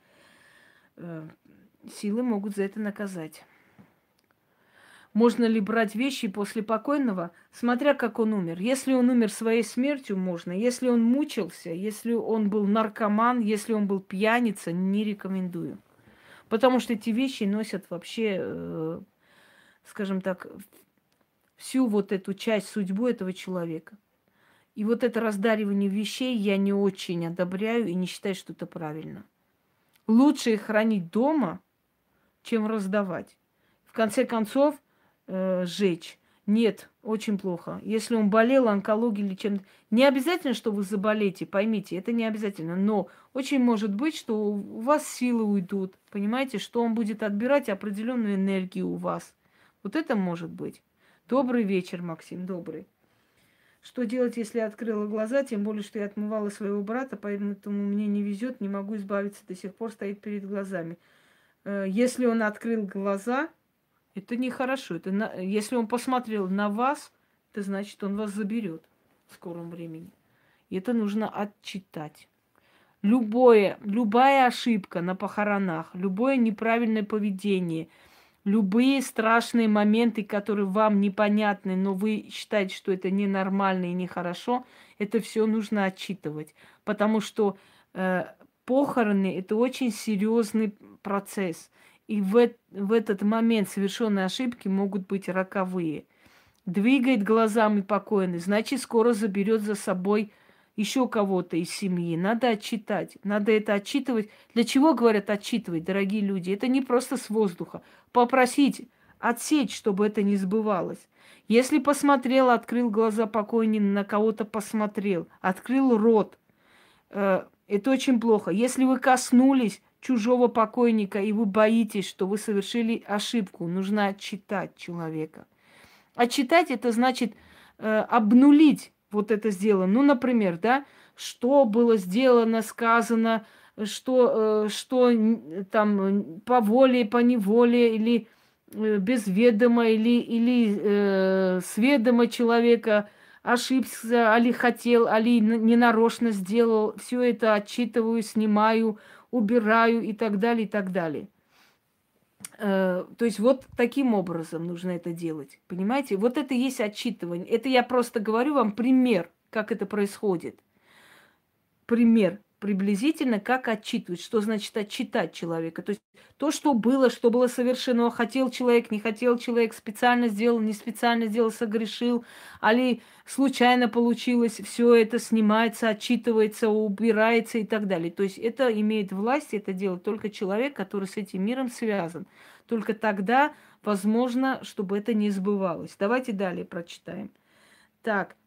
силы могут за это наказать. Можно ли брать вещи после покойного, смотря как он умер? Если он умер своей смертью, можно. Если он мучился, если он был наркоман, если он был пьяница, не рекомендую. Потому что эти вещи носят вообще, скажем так, всю вот эту часть судьбы этого человека. И вот это раздаривание вещей я не очень одобряю и не считаю, что это правильно. Лучше их хранить дома, чем раздавать. В конце концов, сжечь. Нет, очень плохо. Если он болел онкологией или чем-то. Не обязательно, что вы заболеете, поймите, это не обязательно. Но очень может быть, что у вас силы уйдут. Понимаете, что он будет отбирать определенную энергию у вас. Вот это может быть. Добрый вечер, Максим, добрый. Что делать, если я открыла глаза, тем более, что я отмывала своего брата, поэтому мне не везет, не могу избавиться, до сих пор стоит перед глазами. Если он открыл глаза, это нехорошо. Если он посмотрел на вас, это значит, он вас заберет в скором времени. И это нужно отчитать. Любая ошибка на похоронах, любое неправильное поведение, Любые страшные моменты, которые вам непонятны, но вы считаете, что это ненормально и нехорошо, это все нужно отчитывать. Потому что похороны это очень серьезный процесс. И в этот момент совершенные ошибки могут быть роковые. Двигает глазами покойный, значит, скоро заберет за собой еще кого-то из семьи. Надо отчитать, надо это отчитывать. Для чего, говорят, отчитывать, дорогие люди? Это не просто с воздуха. Попросить, отсечь, чтобы это не сбывалось. Если посмотрел, открыл глаза покойный, на кого-то посмотрел, открыл рот, это очень плохо. Если вы коснулись чужого покойника, и вы боитесь, что вы совершили ошибку, нужно отчитать человека. Отчитать это значит обнулить вот это сделано. Ну, например, да, что было сделано, сказано, что там по воле, по неволе, или без ведома, или с ведома человека ошибся, али хотел, али ненарочно сделал. Все это отчитываю, снимаю, убираю и так далее, и так далее. То есть вот таким образом нужно это делать. Понимаете? Вот это и есть отчитывание. Это я просто говорю вам пример, как это происходит. Пример приблизительно, как отчитывать. Что значит отчитать человека? То есть то, что было совершено, хотел человек, не хотел человек, специально сделал, не специально сделал, согрешил, али случайно получилось, все это снимается, отчитывается, убирается и так далее. То есть это имеет власть, это делает только человек, который с этим миром связан. Только тогда возможно, чтобы это не сбывалось. Давайте далее прочитаем. Так.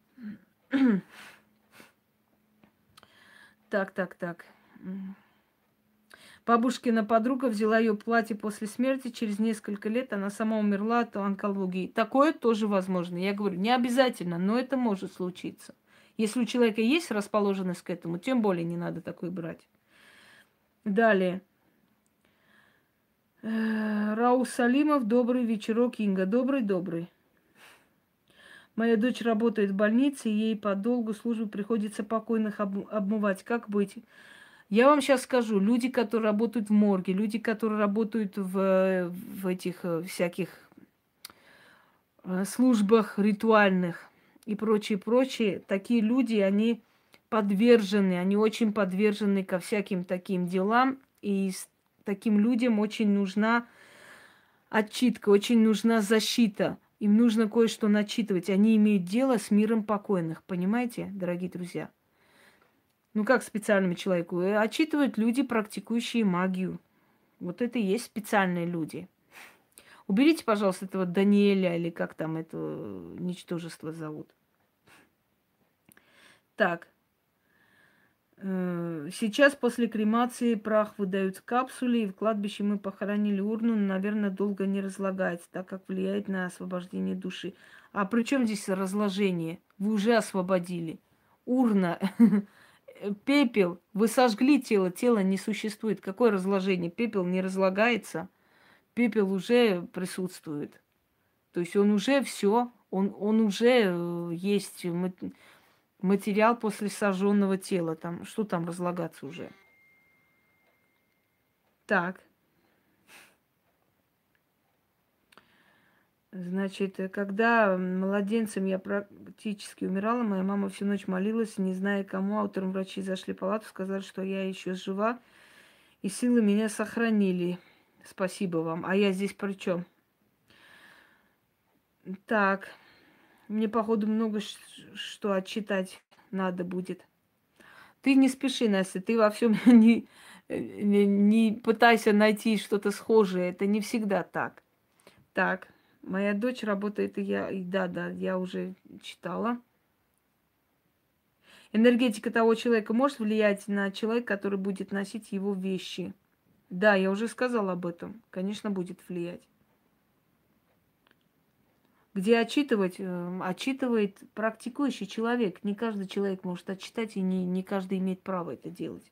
Так. Бабушкина подруга взяла ее платье после смерти. Через несколько лет она сама умерла от онкологии. Такое тоже возможно. Я говорю, не обязательно, но это может случиться. Если у человека есть расположенность к этому, тем более не надо такой брать. Далее. Раус Салимов, добрый вечерок, Инга. Добрый. Моя дочь работает в больнице, и ей по долгу службы приходится покойных обмывать. Как быть? Я вам сейчас скажу, люди, которые работают в морге, люди, которые работают в этих всяких службах ритуальных и прочее, такие люди, они подвержены, они очень подвержены ко всяким таким делам, и таким людям очень нужна отчитка, очень нужна защита. Им нужно кое-что начитывать. Они имеют дело с миром покойных, понимаете, дорогие друзья? Ну, как специальному человеку? Отчитывают люди, практикующие магию. Вот это и есть специальные люди. Уберите, пожалуйста, этого Даниэля, или как там это ничтожество зовут. Так. Сейчас после кремации прах выдают в капсуле, и в кладбище мы похоронили урну, но, наверное, долго не разлагается, так как влияет на освобождение души. А при чем здесь разложение? Вы уже освободили. Урна, пепел, вы сожгли тело не существует. Какое разложение? Пепел не разлагается, пепел уже присутствует. То есть он уже все, он уже есть материал после сожженного тела. Там, что там разлагаться уже? Так. Значит, когда младенцем я практически умирала, моя мама всю ночь молилась, не зная кому, а утром врачи зашли в палату, сказали, что я еще жива, и силы меня сохранили. Спасибо вам. А я здесь при чем? Так, мне, походу, много что отчитать надо будет. Ты не спеши, Настя, ты во всем не пытайся найти что-то схожее. Это не всегда так. Так, моя дочь работает, да, я уже читала. Энергетика того человека может влиять на человека, который будет носить его вещи. Да, я уже сказала об этом. Конечно, будет влиять. Где отчитывать? Отчитывает практикующий человек. Не каждый человек может отчитать, и не каждый имеет право это делать.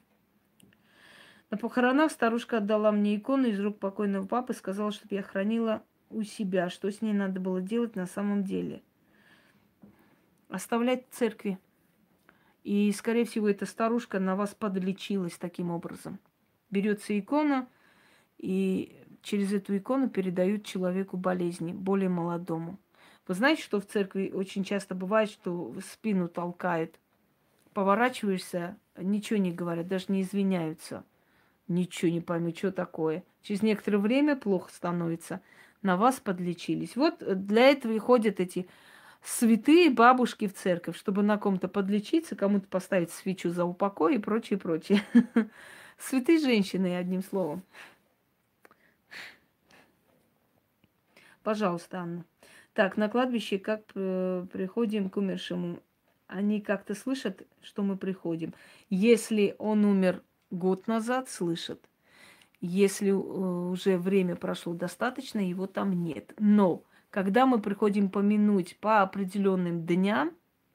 На похоронах старушка отдала мне икону из рук покойного папы, сказала, чтобы я хранила у себя. Что с ней надо было делать на самом деле? Оставлять в церкви. И, скорее всего, эта старушка на вас подлечилась таким образом. Берется икона, и через эту икону передают человеку болезни, более молодому. Вы знаете, что в церкви очень часто бывает, что в спину толкают. Поворачиваешься, ничего не говорят, даже не извиняются. Ничего не пойму, что такое. Через некоторое время плохо становится. На вас подлечились. Вот для этого и ходят эти святые бабушки в церковь, чтобы на ком-то подлечиться, кому-то поставить свечу за упокой и прочее, прочее. Святые женщины, одним словом. Пожалуйста, Анна. Так, на кладбище как приходим к умершему? Они как-то слышат, что мы приходим. Если он умер год назад, слышат. Если уже время прошло достаточно, его там нет. Но когда мы приходим помянуть по определенным дням,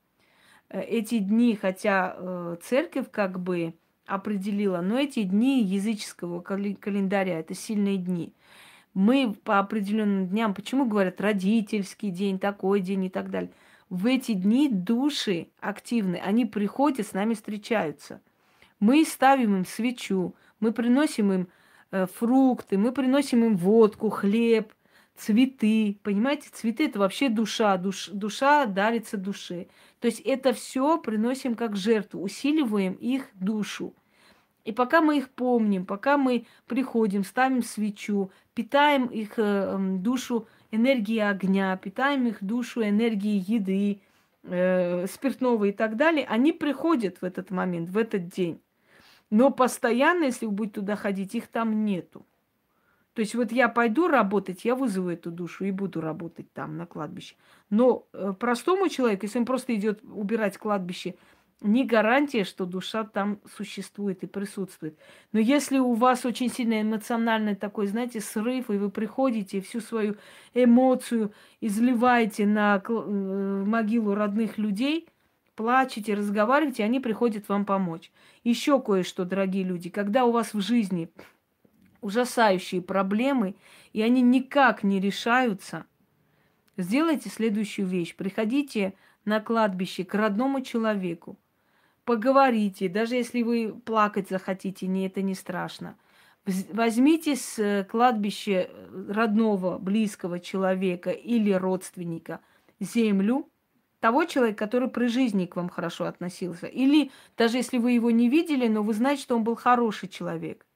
эти дни, хотя церковь как бы определила, но эти дни языческого календаря, это сильные дни. Мы по определенным дням, почему говорят родительский день, такой день и так далее. В эти дни души активны, они приходят, с нами встречаются. Мы ставим им свечу, мы приносим им фрукты, мы приносим им водку, хлеб, цветы. Понимаете, цветы это вообще душа, душа дарится душе. То есть это все приносим как жертву, усиливаем их душу. И пока мы их помним, пока мы приходим, ставим свечу, питаем их душу энергией огня, питаем их душу энергией еды, спиртного и так далее, они приходят в этот момент, в этот день. Но постоянно, если вы будете туда ходить, их там нету. То есть вот я пойду работать, я вызову эту душу и буду работать там, на кладбище. Но простому человеку, если он просто идет убирать кладбище, не гарантия, что душа там существует и присутствует. Но если у вас очень сильно эмоциональный такой, знаете, срыв, и вы приходите всю свою эмоцию изливаете на могилу родных людей, плачете, разговариваете, они приходят вам помочь. Еще кое-что, дорогие люди, когда у вас в жизни ужасающие проблемы, и они никак не решаются, сделайте следующую вещь. Приходите на кладбище к родному человеку, поговорите, даже если вы плакать захотите, это не страшно. Возьмите с кладбища родного, близкого человека или родственника землю, того человека, который при жизни к вам хорошо относился. Или даже если вы его не видели, но вы знаете, что он был хороший человек.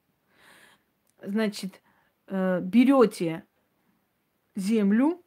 Значит, берете землю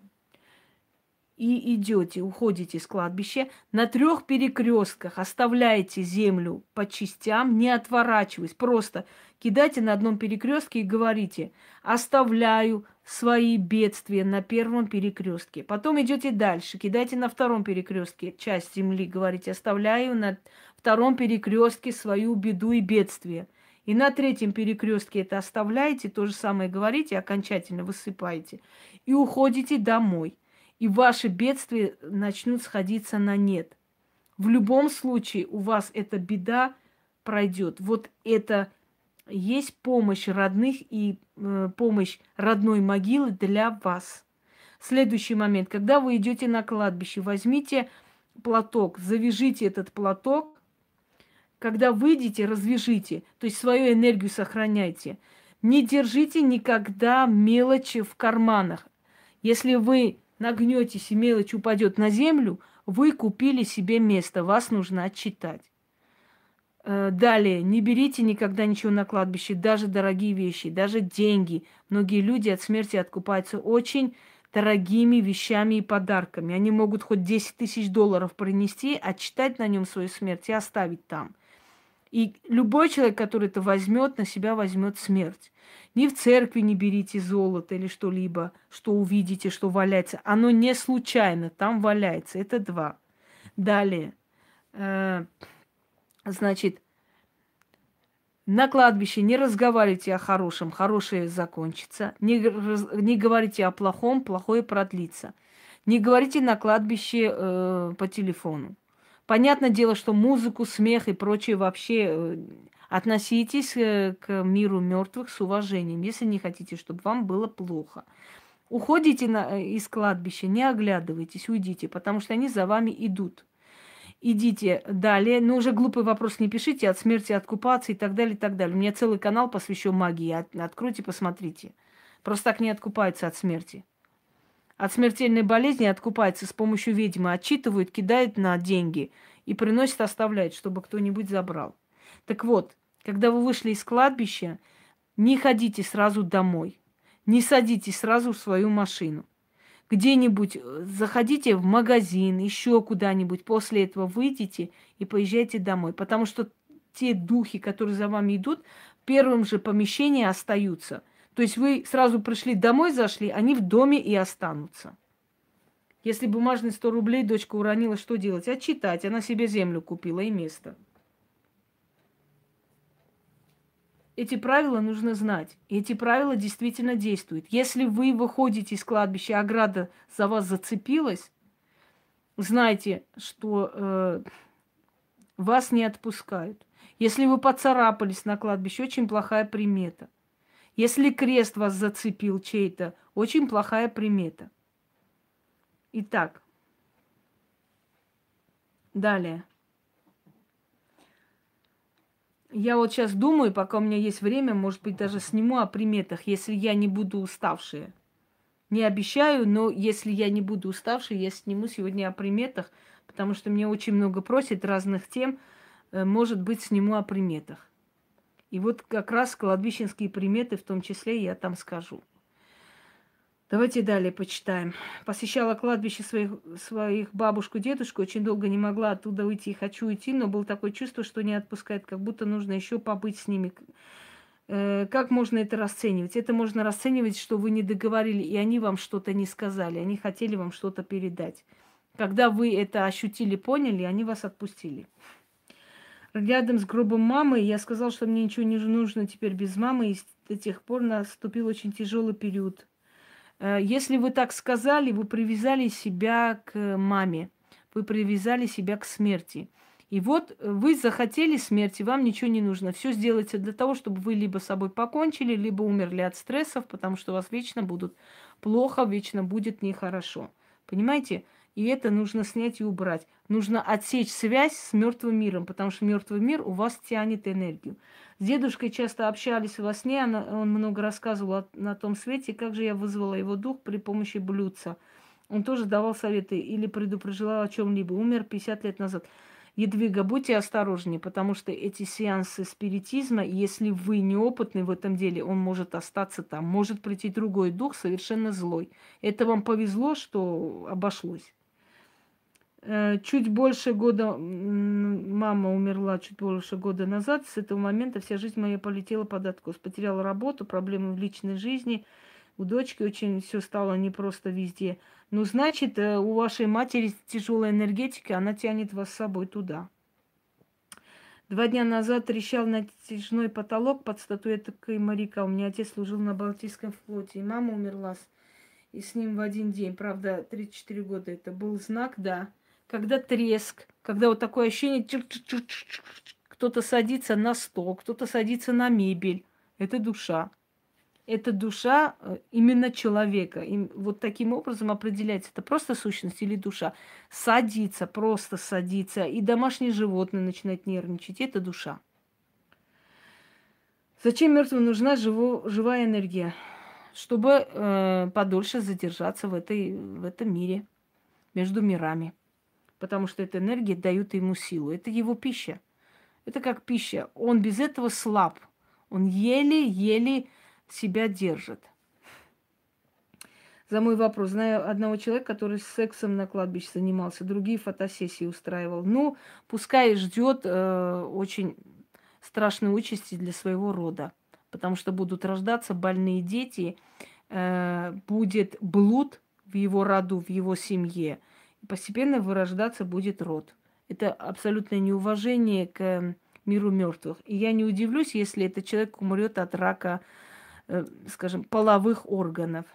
и идете, уходите с кладбища. На 3 перекрестках оставляете землю по частям, не отворачиваясь. Просто кидайте на одном перекрестке и говорите: оставляю свои бедствия на 1 перекрестке. Потом идете дальше, кидайте на 2 перекрестке часть земли, говорите: оставляю на 2 перекрестке свою беду и бедствие. И на 3 перекрестке это оставляете, то же самое говорите, окончательно высыпаете. И уходите домой. И ваши бедствия начнут сходиться на нет. В любом случае у вас эта беда пройдет. Вот это есть помощь родных и помощь родной могилы для вас. Следующий момент. Когда вы идете на кладбище, возьмите платок, завяжите этот платок. Когда выйдете, развяжите. То есть свою энергию сохраняйте. Не держите никогда мелочи в карманах. Если вы нагнетесь и мелочь упадет на землю, вы купили себе место, вас нужно отчитать. Далее, не берите никогда ничего на кладбище, даже дорогие вещи, даже деньги. Многие люди от смерти откупаются очень дорогими вещами и подарками. Они могут хоть 10 тысяч долларов принести, отчитать на нем свою смерть и оставить там. И любой человек, который это возьмет, на себя возьмет смерть. Ни в церкви не берите золото или что-либо, что увидите, что валяется. Оно не случайно там валяется. Это 2. Далее. Значит, на кладбище не разговаривайте о хорошем, хорошее закончится. Не говорите о плохом, плохое продлится. Не говорите на кладбище по телефону. Понятное дело, что музыку, смех и прочее вообще относитесь к миру мертвых с уважением, если не хотите, чтобы вам было плохо. Уходите из кладбища, не оглядывайтесь, уйдите, потому что они за вами идут. Идите далее. Но уже глупый вопрос не пишите, от смерти откупаться и так далее, и так далее. У меня целый канал посвящен магии. Откройте, посмотрите. Просто так не откупаются от смерти. От смертельной болезни откупаются с помощью ведьмы, отчитывают, кидают на деньги и приносят, оставляют, чтобы кто-нибудь забрал. Так вот, когда вы вышли из кладбища, не ходите сразу домой, не садитесь сразу в свою машину. Где-нибудь заходите в магазин, еще куда-нибудь, после этого выйдите и поезжайте домой. Потому что те духи, которые за вами идут, в первом же помещении остаются. То есть вы сразу пришли домой, зашли, они в доме и останутся. Если бумажные 100 рублей дочка уронила, что делать? Отчитать. Она себе землю купила и место. Эти правила нужно знать. И эти правила действительно действуют. Если вы выходите из кладбища, ограда за вас зацепилась, знайте, что вас не отпускают. Если вы поцарапались на кладбище, очень плохая примета. Если крест вас зацепил чей-то, очень плохая примета. Итак, далее. Я вот сейчас думаю, пока у меня есть время, может быть, даже сниму о приметах, если я не буду уставшая. Не обещаю, но если я не буду уставшей, я сниму сегодня о приметах, потому что мне очень много просят разных тем, может быть, сниму о приметах. И вот как раз кладбищенские приметы в том числе я там скажу. Давайте далее почитаем. Посещала кладбище своих бабушку, дедушку, очень долго не могла оттуда уйти. Хочу уйти, но было такое чувство, что не отпускает, как будто нужно еще побыть с ними. Как можно это расценивать? Это можно расценивать, что вы не договорили, и они вам что-то не сказали. Они хотели вам что-то передать. Когда вы это ощутили, поняли, они вас отпустили. Рядом с гробом мамы я сказал, что мне ничего не нужно теперь без мамы, и с тех пор наступил очень тяжелый период. Если вы так сказали, вы привязали себя к маме, вы привязали себя к смерти. И вот вы захотели смерти, вам ничего не нужно. Все сделается для того, чтобы вы либо с собой покончили, либо умерли от стрессов, потому что у вас вечно будут плохо, вечно будет нехорошо. Понимаете? И это нужно снять и убрать. Нужно отсечь связь с мертвым миром, потому что мертвый мир у вас тянет энергию. С дедушкой часто общались во сне, он много рассказывал на том свете, как же я вызвала его дух при помощи блюдца. Он тоже давал советы или предупреждал о чем-либо. Умер 50 лет назад. Едвига, будьте осторожнее, потому что эти сеансы спиритизма, если вы неопытны в этом деле, он может остаться там. Может прийти другой дух, совершенно злой. Это вам повезло, что обошлось. Чуть больше года, мама умерла чуть больше года назад, с этого момента вся жизнь моя полетела под откос. Потеряла работу, проблемы в личной жизни, у дочки очень все стало непросто везде. Ну, значит, у вашей матери тяжелая энергетика, она тянет вас с собой туда. 2 дня назад трещал натяжной потолок под статуэткой моряка. У меня отец служил на Балтийском флоте, и мама умерла и с ним в один день. Правда, 34 года. Это был знак, да. Когда треск, когда вот такое ощущение, кто-то садится на стол, кто-то садится на мебель. Это душа. Это душа именно человека. И вот таким образом определяется, это просто сущность или душа. Садится, просто садится. И домашнее животное начинает нервничать. Это душа. Зачем мертвым нужна живая энергия? Чтобы подольше задержаться в этом мире, между мирами. Потому что эта энергия дает ему силу. Это его пища. Это как пища. Он без этого слаб. Он еле-еле себя держит. За мой вопрос. Знаю одного человека, который сексом на кладбище занимался, другие фотосессии устраивал. Ну, пускай ждет очень страшной участи для своего рода. Потому что будут рождаться больные дети, будет блуд в его роду, в его семье. И постепенно вырождаться будет род. Это абсолютное неуважение к миру мертвых. И я не удивлюсь, если этот человек умрет от рака, скажем, половых органов.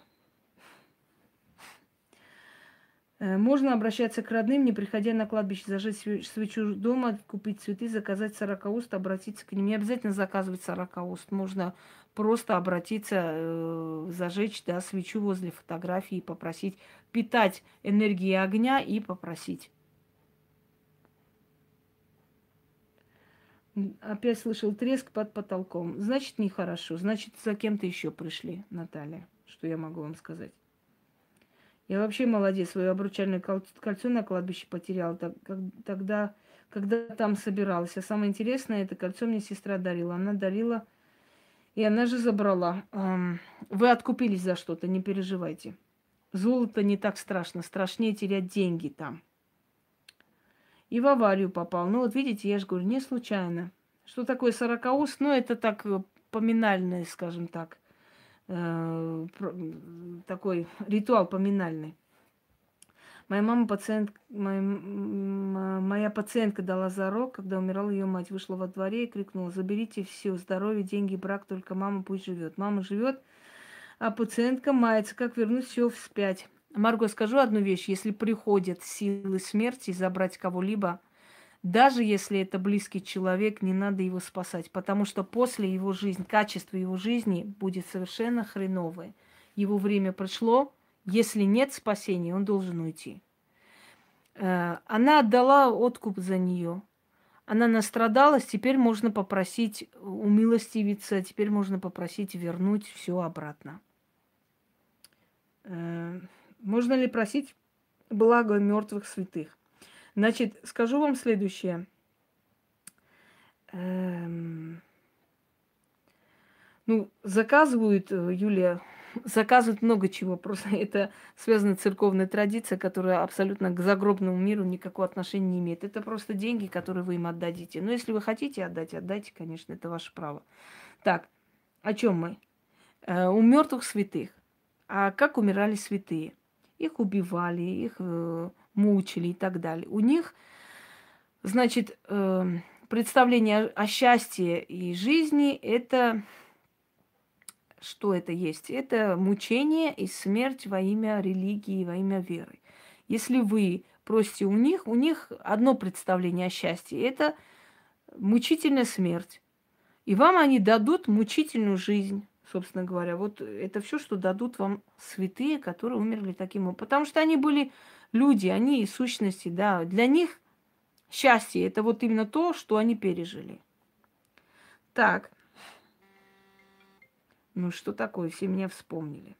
Можно обращаться к родным, не приходя на кладбище, зажечь свечу дома, купить цветы, заказать 40 уст, обратиться к ним. Не обязательно заказывать 40 уст. Можно просто обратиться, зажечь, да, свечу возле фотографии и попросить питать энергией огня и попросить. Опять слышал треск под потолком. Значит, нехорошо. Значит, за кем-то еще пришли, Наталья. что я могу вам сказать. Я вообще молодец, свое обручальное кольцо на кладбище потеряла тогда, когда там собиралась. А самое интересное, это кольцо мне сестра дарила. Она дарила, и она же забрала. Вы откупились за что-то, не переживайте. Золото не так страшно, страшнее терять деньги там. И в аварию попал. Ну вот видите, я же говорю, не случайно. Что такое сорокауст? Ну это так поминальное, скажем так. Такой ритуал поминальный. Моя пациентка дала зарок, когда умирала ее мать. Вышла во дворе и крикнула: заберите все, здоровье, деньги, брак, только мама пусть живет. Мама живет, а пациентка мается, как вернуть все вспять. Марго, скажу одну вещь. Если приходят силы смерти забрать кого-либо, даже если это близкий человек, не надо его спасать, потому что после его жизни, качество его жизни будет совершенно хреновое. Его время прошло, если нет спасения, он должен уйти. Она отдала откуп за нее. Она настрадалась, теперь можно попросить умилостивиться, теперь можно попросить вернуть все обратно. Можно ли просить благо мертвых святых? Значит, скажу вам следующее. Заказывают, Юлия, заказывают много чего. Просто это связана церковная традиция, которая абсолютно к загробному миру никакого отношения не имеет. Это просто деньги, которые вы им отдадите. Но если вы хотите отдать, отдайте, конечно, это ваше право. Так, о чем мы? У мертвых святых. А как умирали святые? Их убивали, их мучили и так далее. У них, значит, представление о счастье и жизни – это что это есть? Это мучение и смерть во имя религии, во имя веры. Если вы просите у них одно представление о счастье – это мучительная смерть. И вам они дадут мучительную жизнь, собственно говоря. Вот это все, что дадут вам святые, которые умерли таким образом. Потому что они были люди, они сущности, да. Для них счастье – это вот именно то, что они пережили. Так. Ну, что такое? Все меня вспомнили.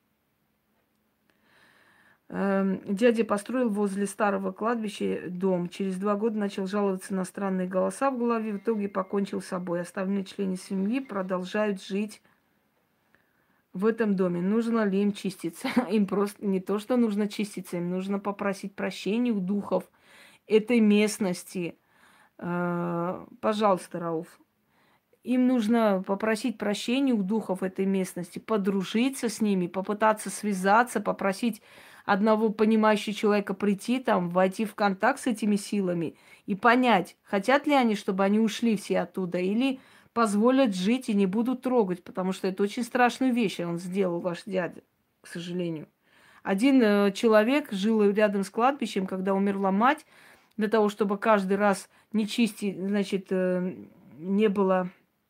Дядя построил возле старого кладбища дом. Через 2 года начал жаловаться на странные голоса в голове. В итоге покончил с собой. Остальные члены семьи продолжают жить в этом доме. Нужно ли им чиститься? Им просто не то, что нужно чиститься, им нужно попросить прощения у духов этой местности. Пожалуйста, Рауф. Им нужно попросить прощения у духов этой местности, подружиться с ними, попытаться связаться, попросить одного понимающего человека прийти там, войти в контакт с этими силами и понять, хотят ли они, чтобы они ушли все оттуда, или позволят жить и не будут трогать, потому что это очень страшную вещь он сделал, ваш дядя, к сожалению. Один человек жил рядом с кладбищем, когда умерла мать, для того, чтобы каждый раз не чистить, значит, не было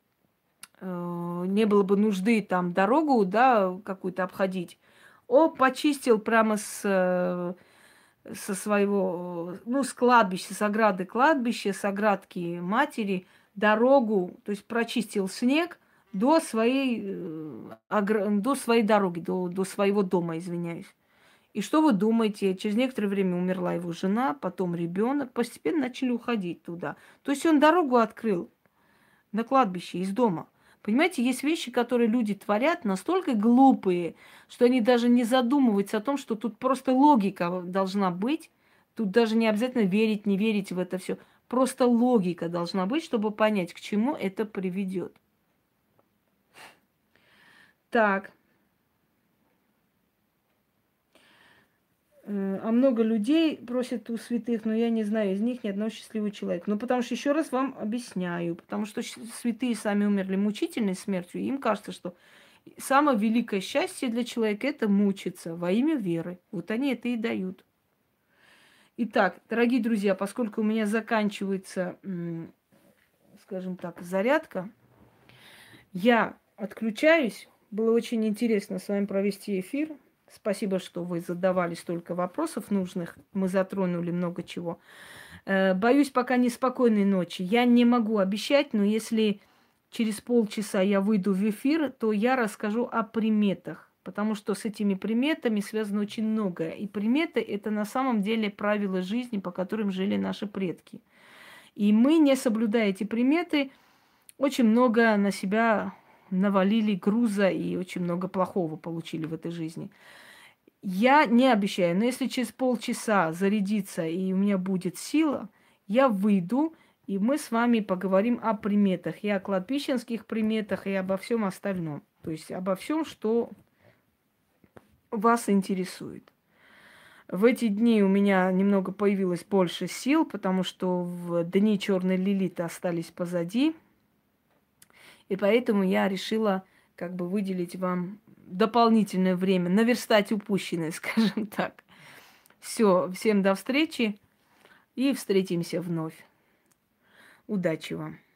бы нужды там дорогу, да, какую-то обходить. Он почистил прямо со своего, с кладбища, с ограды кладбища, с оградки матери дорогу, то есть прочистил снег до своей дороги, до своего дома, извиняюсь. И что вы думаете? Через некоторое время умерла его жена, потом ребенок, постепенно начали уходить туда. То есть он дорогу открыл на кладбище из дома. Понимаете, есть вещи, которые люди творят настолько глупые, что они даже не задумываются о том, что тут просто логика должна быть. Тут даже не обязательно верить, не верить в это все. Просто логика должна быть, чтобы понять, к чему это приведет. Так. А много людей просят у святых, но я не знаю из них ни одного счастливого человека. Ну, потому что, еще раз вам объясняю, потому что святые сами умерли мучительной смертью, и им кажется, что самое великое счастье для человека – это мучиться во имя веры. Вот они это и дают. Итак, дорогие друзья, поскольку у меня заканчивается, скажем так, зарядка, я отключаюсь. Было очень интересно с вами провести эфир. Спасибо, что вы задавали столько вопросов нужных. Мы затронули много чего. Боюсь, пока неспокойной ночи. Я не могу обещать, но если через полчаса я выйду в эфир, то я расскажу о приметах. Потому что с этими приметами связано очень многое. И приметы – это на самом деле правила жизни, по которым жили наши предки. И мы, не соблюдая эти приметы, очень много на себя навалили груза и очень много плохого получили в этой жизни. Я не обещаю, но если через полчаса зарядиться и у меня будет сила, я выйду, и мы с вами поговорим о приметах. И о кладбищенских приметах, и обо всем остальном. То есть обо всем, что вас интересует. В эти дни у меня немного появилось больше сил, потому что в дни черной Лилиты остались позади. И поэтому я решила как бы выделить вам дополнительное время, наверстать упущенное, скажем так. Все, всем до встречи и встретимся вновь. Удачи вам!